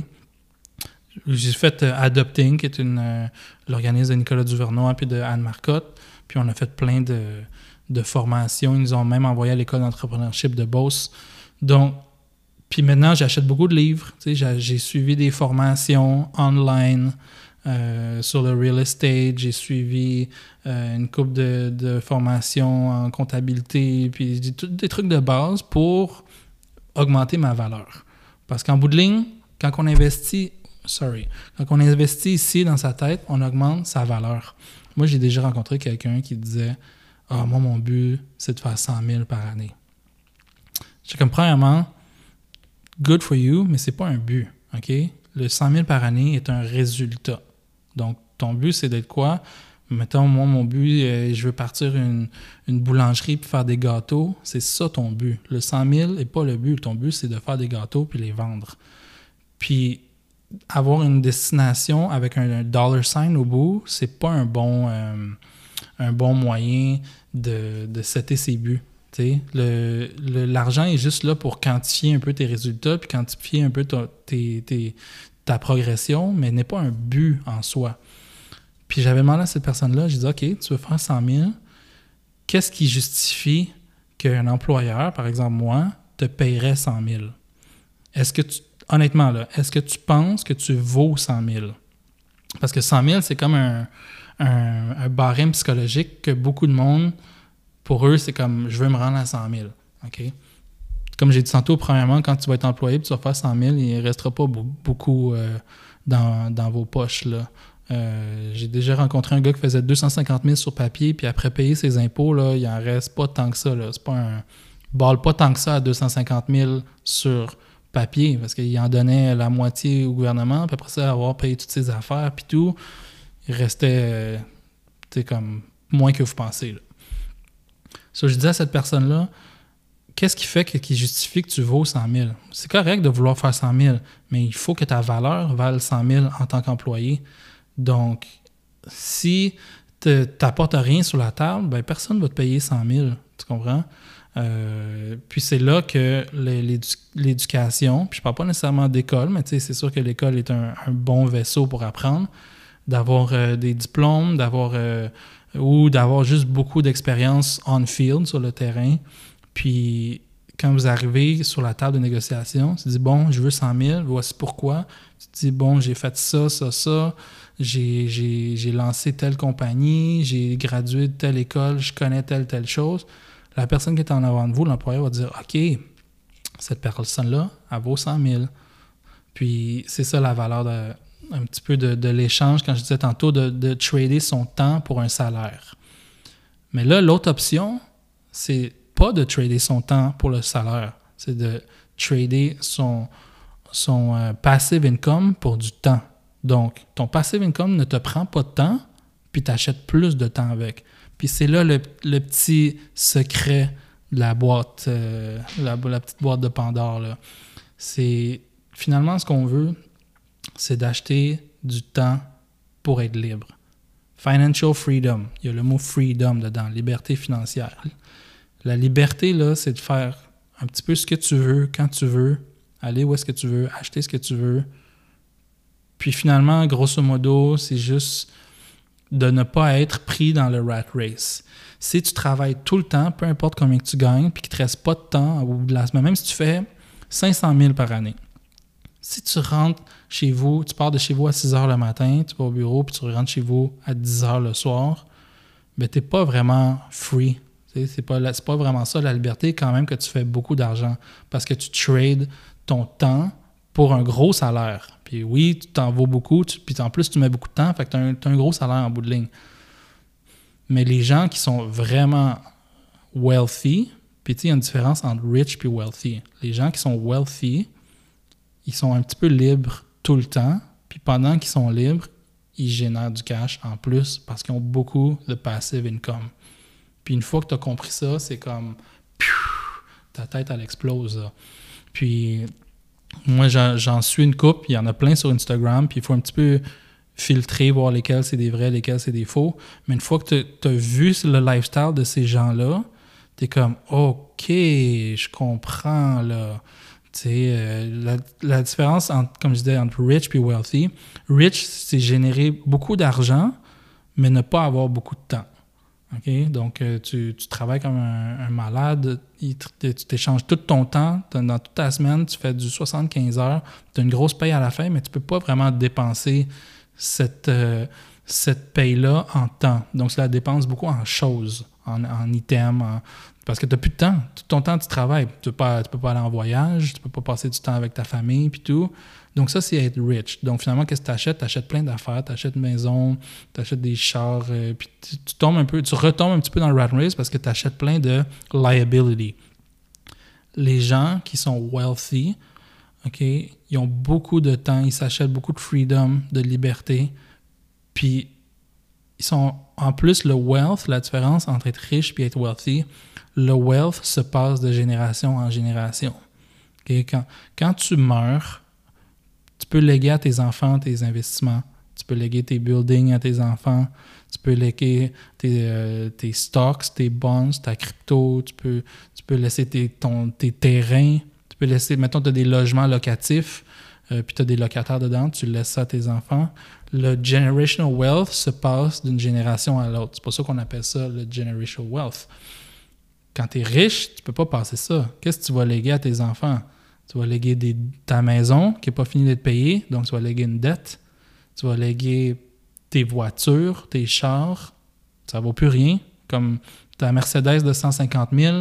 J'ai fait euh, Adopting, qui est une, euh, l'organisme de Nicolas Duvernois puis de Anne Marcotte. Puis on a fait plein de, de formations. Ils nous ont même envoyé à l'école d'entrepreneurship de Beauce. Donc, puis maintenant, j'achète beaucoup de livres. Tu sais, j'ai, j'ai suivi des formations online euh, sur le real estate. J'ai suivi euh, une couple de, de formations en comptabilité. Puis des, des trucs de base pour augmenter ma valeur. Parce qu'en bout de ligne, quand on investit, sorry, quand on investit ici dans sa tête, on augmente sa valeur. Moi, j'ai déjà rencontré quelqu'un qui disait « Ah, moi, mon but, c'est de faire cent mille par année. » J'ai comme, premièrement, good for you, mais c'est pas un but, OK? Le cent mille par année est un résultat. Donc, ton but, c'est d'être quoi? Mettons, moi, mon but, euh, je veux partir une, une boulangerie puis faire des gâteaux. C'est ça ton but. Le cent mille n'est pas le but. Ton but, c'est de faire des gâteaux puis les vendre. Puis, avoir une destination avec un, un dollar sign au bout, c'est pas un bon, euh, un bon moyen de, de setter ses buts. Le, le, l'argent est juste là pour quantifier un peu tes résultats puis quantifier un peu ta, tes, tes, ta progression, mais n'est pas un but en soi. Puis j'avais demandé à cette personne-là, j'ai dit « OK, tu veux faire cent mille, qu'est-ce qui justifie qu'un employeur, par exemple moi, te paierait cent mille? Est-ce que tu, honnêtement, là, est-ce que tu penses que tu vaux cent mille? Parce que cent mille, c'est comme un, un, un barème psychologique que beaucoup de monde... Pour eux, c'est comme, je veux me rendre à cent mille. OK? Comme j'ai dit tantôt, premièrement, quand tu vas être employé et tu vas faire cent mille, il ne restera pas beaucoup euh, dans, dans vos poches, là. Euh, j'ai déjà rencontré un gars qui faisait deux cent cinquante mille sur papier, puis après payer ses impôts, là, il en reste pas tant que ça. Là. C'est pas un... balle pas tant que ça à deux cent cinquante mille sur papier, parce qu'il en donnait la moitié au gouvernement, puis après ça, avoir payé toutes ses affaires, puis tout, il restait, euh, tu sais, comme moins que vous pensez. Là. So, je disais à cette personne-là, qu'est-ce qui fait que, qui justifie que tu vaux cent mille? C'est correct de vouloir faire cent mille, mais il faut que ta valeur vale cent mille en tant qu'employé. Donc, si tu n'apportes rien sur la table, ben personne ne va te payer cent mille, tu comprends? Euh, puis c'est là que l'édu- l'éducation, puis je ne parle pas nécessairement d'école, mais c'est sûr que l'école est un, un bon vaisseau pour apprendre, d'avoir euh, des diplômes, d'avoir euh, ou d'avoir juste beaucoup d'expérience on-field, sur le terrain. Puis quand vous arrivez sur la table de négociation, tu te dis, bon, je veux cent mille, voici pourquoi. Tu te dis, bon, j'ai fait ça, ça, ça, j'ai, j'ai, j'ai lancé telle compagnie, j'ai gradué de telle école, je connais telle, telle chose. La personne qui est en avant de vous, l'employeur va dire, OK, cette personne-là, elle vaut cent mille. Puis c'est ça la valeur de, un petit peu de, de l'échange, quand je disais tantôt, de, de trader son temps pour un salaire. Mais là, l'autre option, c'est pas de trader son temps pour le salaire, c'est de trader son, son euh, passive income pour du temps. Donc, ton passive income ne te prend pas de temps, puis tu achètes plus de temps avec. Puis c'est là le, le petit secret de la boîte, euh, la, la petite boîte de Pandore, là. C'est finalement ce qu'on veut, c'est d'acheter du temps pour être libre. Financial freedom, il y a le mot freedom dedans, liberté financière. La liberté, là, c'est de faire un petit peu ce que tu veux, quand tu veux, aller où est-ce que tu veux, acheter ce que tu veux. Puis finalement, grosso modo, c'est juste de ne pas être pris dans le rat race. Si tu travailles tout le temps, peu importe combien que tu gagnes, puis qu'il ne te reste pas de temps au bout de la semaine, même si tu fais cinq cent mille par année, si tu rentres chez vous, tu pars de chez vous à six heures le matin, tu vas au bureau, puis tu rentres chez vous à dix heures le soir, bien, tu n'es pas vraiment free. C'est pas, la, c'est pas vraiment ça, la liberté, quand même, que tu fais beaucoup d'argent parce que tu trades ton temps pour un gros salaire. Puis oui, tu t'en vaux beaucoup, tu, puis en plus, tu mets beaucoup de temps, fait que tu as un, t'as un gros salaire en bout de ligne. Mais les gens qui sont vraiment wealthy, puis tu sais, il y a une différence entre rich et wealthy. Les gens qui sont wealthy, ils sont un petit peu libres tout le temps, puis pendant qu'ils sont libres, ils génèrent du cash en plus parce qu'ils ont beaucoup de passive income. Puis une fois que tu as compris ça, c'est comme piou, ta tête, elle explose. Là. Puis moi, j'en, j'en suis une couple, il y en a plein sur Instagram, puis il faut un petit peu filtrer, voir lesquels c'est des vrais, lesquels c'est des faux. Mais une fois que tu as vu le lifestyle de ces gens-là, tu es comme OK, je comprends, là. Tu sais, euh, la, la différence, entre, comme je disais, entre rich et wealthy, rich, c'est générer beaucoup d'argent, mais ne pas avoir beaucoup de temps. Okay? Donc, euh, tu, tu travailles comme un, un malade, il, tu t'échanges tout ton temps, dans toute ta semaine, tu fais du soixante-quinze heures, tu as une grosse paye à la fin, mais tu ne peux pas vraiment dépenser cette, euh, cette paye-là en temps. Donc, ça dépense beaucoup en choses, en, en items, en, parce que tu n'as plus de temps. Tout ton temps, tu travailles. Tu ne peux, peux pas aller en voyage, tu ne peux pas passer du temps avec ta famille, puis tout. Donc, ça, c'est être rich. Donc, finalement, qu'est-ce que tu achètes? Tu achètes plein d'affaires, tu achètes une maison, tu achètes des chars, euh, puis tu, tu tombes un peu, tu retombes un petit peu dans le rat race parce que tu achètes plein de liability. Les gens qui sont wealthy, OK, ils ont beaucoup de temps, ils s'achètent beaucoup de freedom, de liberté, puis ils sont, en plus, le wealth, la différence entre être riche et être wealthy, le wealth se passe de génération en génération. Okay? Quand, quand tu meurs, tu peux léguer à tes enfants tes investissements. Tu peux léguer tes buildings à tes enfants. Tu peux léguer tes, euh, tes stocks, tes bonds, ta crypto. Tu peux, tu peux laisser tes, ton, tes terrains. Tu peux laisser, mettons, tu as des logements locatifs, euh, puis tu as des locataires dedans. Tu laisses ça à tes enfants. Le generational wealth se passe d'une génération à l'autre. C'est pour ça qu'on appelle ça le generational wealth. Quand tu es riche, tu ne peux pas passer ça. Qu'est-ce que tu vas léguer à tes enfants? Tu vas léguer des, ta maison qui n'est pas finie d'être payée, donc tu vas léguer une dette. Tu vas léguer tes voitures, tes chars. Ça ne vaut plus rien. Comme ta Mercedes de cent cinquante mille,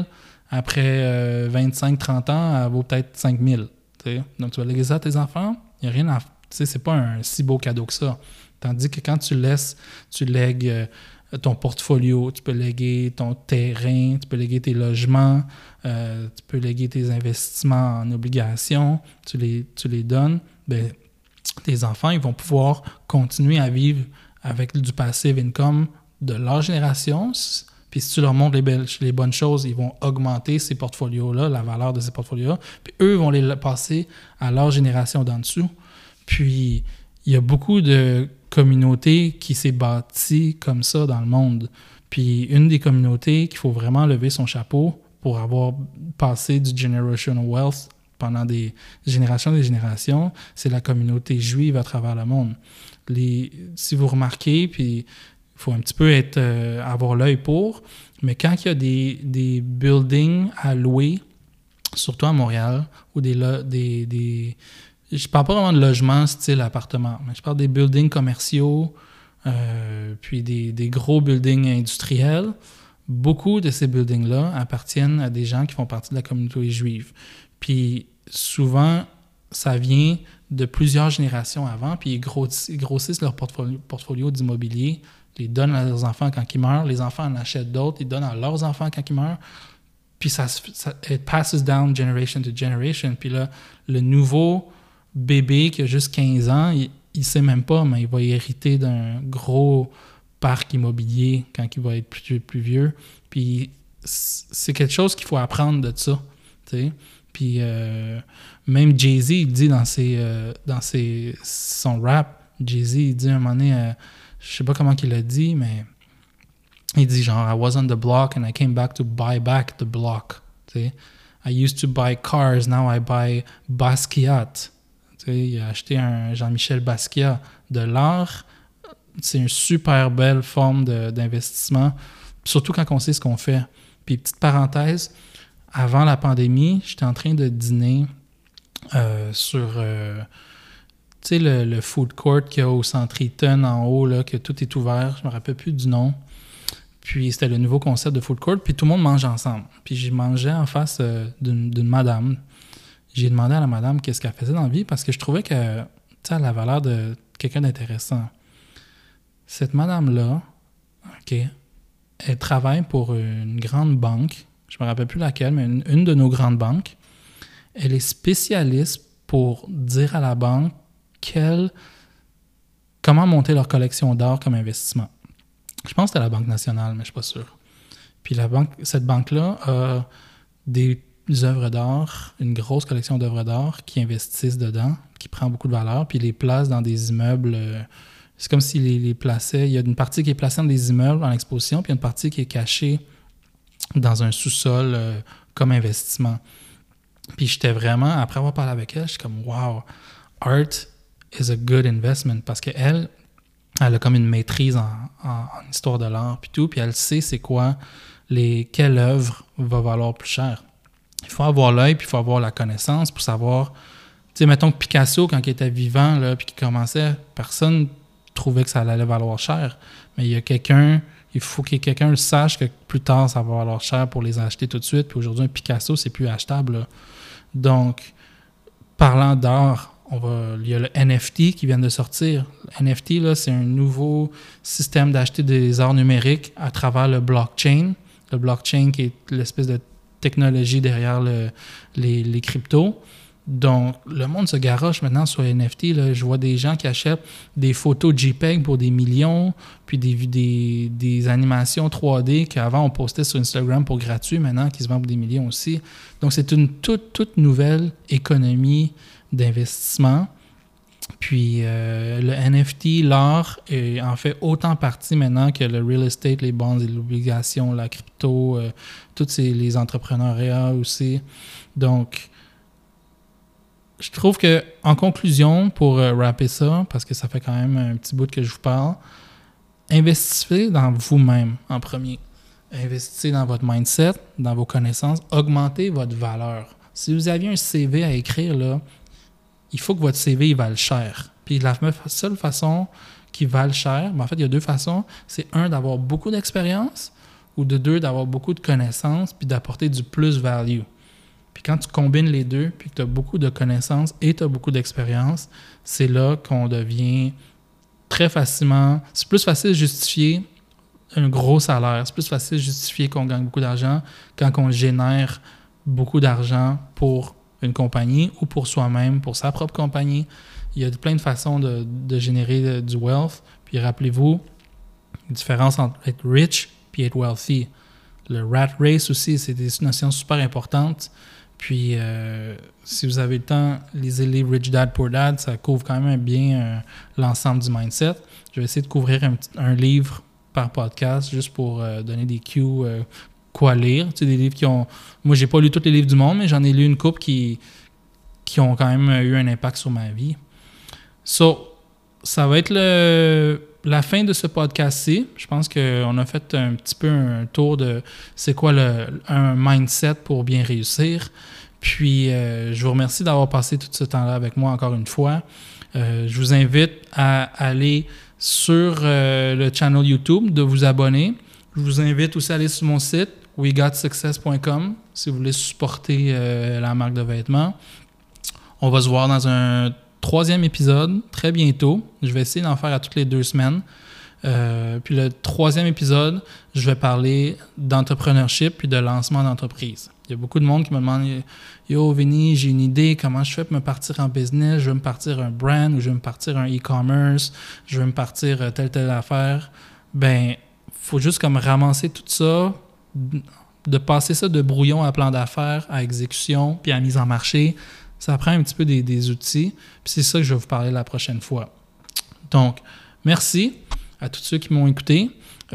après euh, vingt-cinq trente ans, elle vaut peut-être cinq mille. T'sais. Donc, tu vas léguer ça à tes enfants, il n'y a rien à... Tu sais, c'est pas un si beau cadeau que ça. Tandis que quand tu laisses, tu lègues euh, ton portfolio, tu peux léguer ton terrain, tu peux léguer tes logements, euh, tu peux léguer tes investissements en obligations, tu les, tu les donnes, bien, tes enfants, ils vont pouvoir continuer à vivre avec du passive income de leur génération. Puis si tu leur montres les, belles, les bonnes choses, ils vont augmenter ces portfolios-là, la valeur de ces portfolios-là. Puis eux vont les passer à leur génération d'en dessous. Puis il y a beaucoup de communautés qui s'est bâtie comme ça dans le monde. Puis une des communautés qu'il faut vraiment lever son chapeau pour avoir passé du generational wealth pendant des générations et des générations, c'est la communauté juive à travers le monde. Les, si vous remarquez, puis il faut un petit peu être, euh, avoir l'œil pour, mais quand il y a des, des buildings à louer, surtout à Montréal, ou des... des, des je parle pas vraiment de logements style appartement, mais je parle des buildings commerciaux, euh, puis des, des gros buildings industriels. Beaucoup de ces buildings-là appartiennent à des gens qui font partie de la communauté juive. Puis souvent, ça vient de plusieurs générations avant, puis ils grossissent, ils grossissent leur portfolio, portfolio d'immobilier, les donnent à leurs enfants quand ils meurent, les enfants en achètent d'autres, ils donnent à leurs enfants quand ils meurent, puis ça, ça it passes down generation to generation. Puis là, le nouveau bébé qui a juste quinze ans, il ne sait même pas, mais il va hériter d'un gros parc immobilier quand il va être plus, plus vieux. Puis c'est quelque chose qu'il faut apprendre de ça, tu sais. Puis euh, même Jay-Z, il dit dans, ses, euh, dans ses, son rap, Jay-Z, il dit un moment donné, euh, je sais pas comment il l'a dit, mais il dit genre, I was on the block and I came back to buy back the block. Tu sais. I used to buy cars, now I buy Basquiat. Tu sais, il a acheté un Jean-Michel Basquiat. De l'art, c'est une super belle forme de, d'investissement, surtout quand on sait ce qu'on fait. Puis petite parenthèse, avant la pandémie, j'étais en train de dîner euh, sur euh, tu sais, le, le food court qu'il y a au centre Eaton en haut, là, que tout est ouvert. Je me rappelle plus du nom. Puis c'était le nouveau concept de food court. Puis tout le monde mange ensemble. Puis j'ai mangé en face euh, d'une, d'une madame. J'ai demandé à la madame qu'est-ce qu'elle faisait dans la vie parce que je trouvais que, tu sais, elle avait l'air de quelqu'un d'intéressant. Cette madame-là, OK, elle travaille pour une grande banque. Je me rappelle plus laquelle, mais une, une de nos grandes banques. Elle est spécialiste pour dire à la banque quelle, comment monter leur collection d'art comme investissement. Je pense que c'était la Banque nationale, mais je ne suis pas sûr. Puis la banque, cette banque-là a des œuvres d'art, une grosse collection d'œuvres d'art qui investissent dedans, qui prend beaucoup de valeur, puis les place dans des immeubles. Euh, c'est comme s'ils les, les plaçaient. Il y a une partie qui est placée dans des immeubles en exposition, puis il y a une partie qui est cachée dans un sous-sol euh, comme investissement. Puis j'étais vraiment, après avoir parlé avec elle, je suis comme « Wow, art is a good investment » parce qu'elle, elle a comme une maîtrise en, en, en histoire de l'art puis tout, puis elle sait c'est quoi, les, quelle œuvre va valoir plus cher. Il faut avoir l'œil, puis il faut avoir la connaissance pour savoir, tu sais, mettons que Picasso, quand il était vivant, là, puis qu'il commençait, personne trouvait que ça allait valoir cher, mais il y a quelqu'un, il faut que quelqu'un le sache que plus tard, ça va valoir cher pour les acheter tout de suite, puis aujourd'hui, un Picasso, c'est plus achetable, là. Donc, parlant d'art, on va, il y a le N F T qui vient de sortir. Le N F T, là, c'est un nouveau système d'acheter des arts numériques à travers le blockchain. Le blockchain qui est l'espèce de technologie derrière le, les, les cryptos. Donc, le monde se garoche maintenant sur les N F T. Là. Je vois des gens qui achètent des photos JPEG pour des millions, puis des, des, des animations trois D qu'avant on postait sur Instagram pour gratuit, maintenant qui se vendent pour des millions aussi. Donc, c'est une toute, toute nouvelle économie d'investissement. Puis, euh, le N F T, l'art, est en fait autant partie maintenant que le real estate, les bonds et l'obligation, la crypto, euh, tous ces, les entrepreneuriats aussi. Donc, je trouve que, en conclusion, pour euh, wrapper ça, parce que ça fait quand même un petit bout que je vous parle, investissez dans vous-même en premier. Investissez dans votre mindset, dans vos connaissances, augmentez votre valeur. Si vous aviez un C V à écrire, là, il faut que votre C V il vale cher. Puis la seule façon qui vale cher, ben en fait, il y a deux façons. C'est un, d'avoir beaucoup d'expérience ou de deux, d'avoir beaucoup de connaissances puis d'apporter du plus-value. Puis quand tu combines les deux, puis que tu as beaucoup de connaissances et tu as beaucoup d'expérience, c'est là qu'on devient très facilement... C'est plus facile de justifier un gros salaire. C'est plus facile de justifier qu'on gagne beaucoup d'argent quand on génère beaucoup d'argent pour une compagnie ou pour soi-même, pour sa propre compagnie. Il y a plein de façons de, de générer du wealth. Puis rappelez-vous, la différence entre être rich et être wealthy. Le rat race aussi, c'est des notions super importantes. Puis, euh, si vous avez le temps, lisez les Rich Dad Poor Dad, ça couvre quand même bien euh, l'ensemble du mindset. Je vais essayer de couvrir un, un livre par podcast, juste pour euh, donner des cues, euh, quoi lire. Tu sais, des livres qui ont... Moi, j'ai pas lu tous les livres du monde, mais j'en ai lu une couple qui, qui ont quand même eu un impact sur ma vie. So, ça va être le... la fin de ce podcast-ci. Je pense qu'on a fait un petit peu un tour de c'est quoi le, un mindset pour bien réussir. Puis, euh, je vous remercie d'avoir passé tout ce temps-là avec moi encore une fois. Euh, je vous invite à aller sur euh, le channel YouTube, de vous abonner. Je vous invite aussi à aller sur mon site, we got success point com, si vous voulez supporter euh, la marque de vêtements. On va se voir dans un troisième épisode, très bientôt. Je vais essayer d'en faire à toutes les deux semaines. Euh, puis le troisième épisode, je vais parler d'entrepreneurship puis de lancement d'entreprise. Il y a beaucoup de monde qui me demande « Yo, Vinny, j'ai une idée, comment je fais pour me partir en business? Je veux me partir un brand ou je veux me partir un e-commerce, je veux me partir telle, telle affaire. » Ben, il faut juste comme ramasser tout ça, de passer ça de brouillon à plan d'affaires, à exécution, puis à mise en marché. Ça prend un petit peu des, des outils. Puis c'est ça que je vais vous parler la prochaine fois. Donc, merci à tous ceux qui m'ont écouté.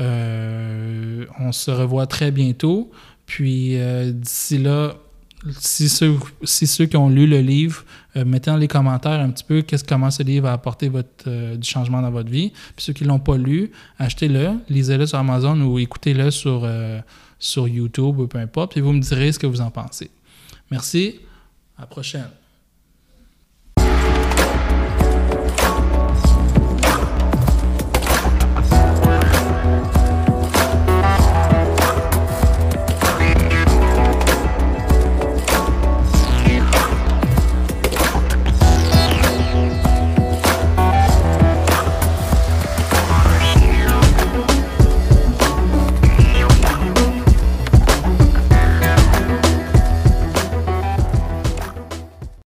Euh, on se revoit très bientôt. Puis euh, d'ici là, si ceux, si ceux qui ont lu le livre, euh, mettez dans les commentaires un petit peu qu'est-ce, comment ce livre a apporté votre, euh, du changement dans votre vie. Puis ceux qui ne l'ont pas lu, achetez-le, lisez-le sur Amazon ou écoutez-le sur, euh, sur YouTube ou peu importe. Puis vous me direz ce que vous en pensez. Merci. À la prochaine.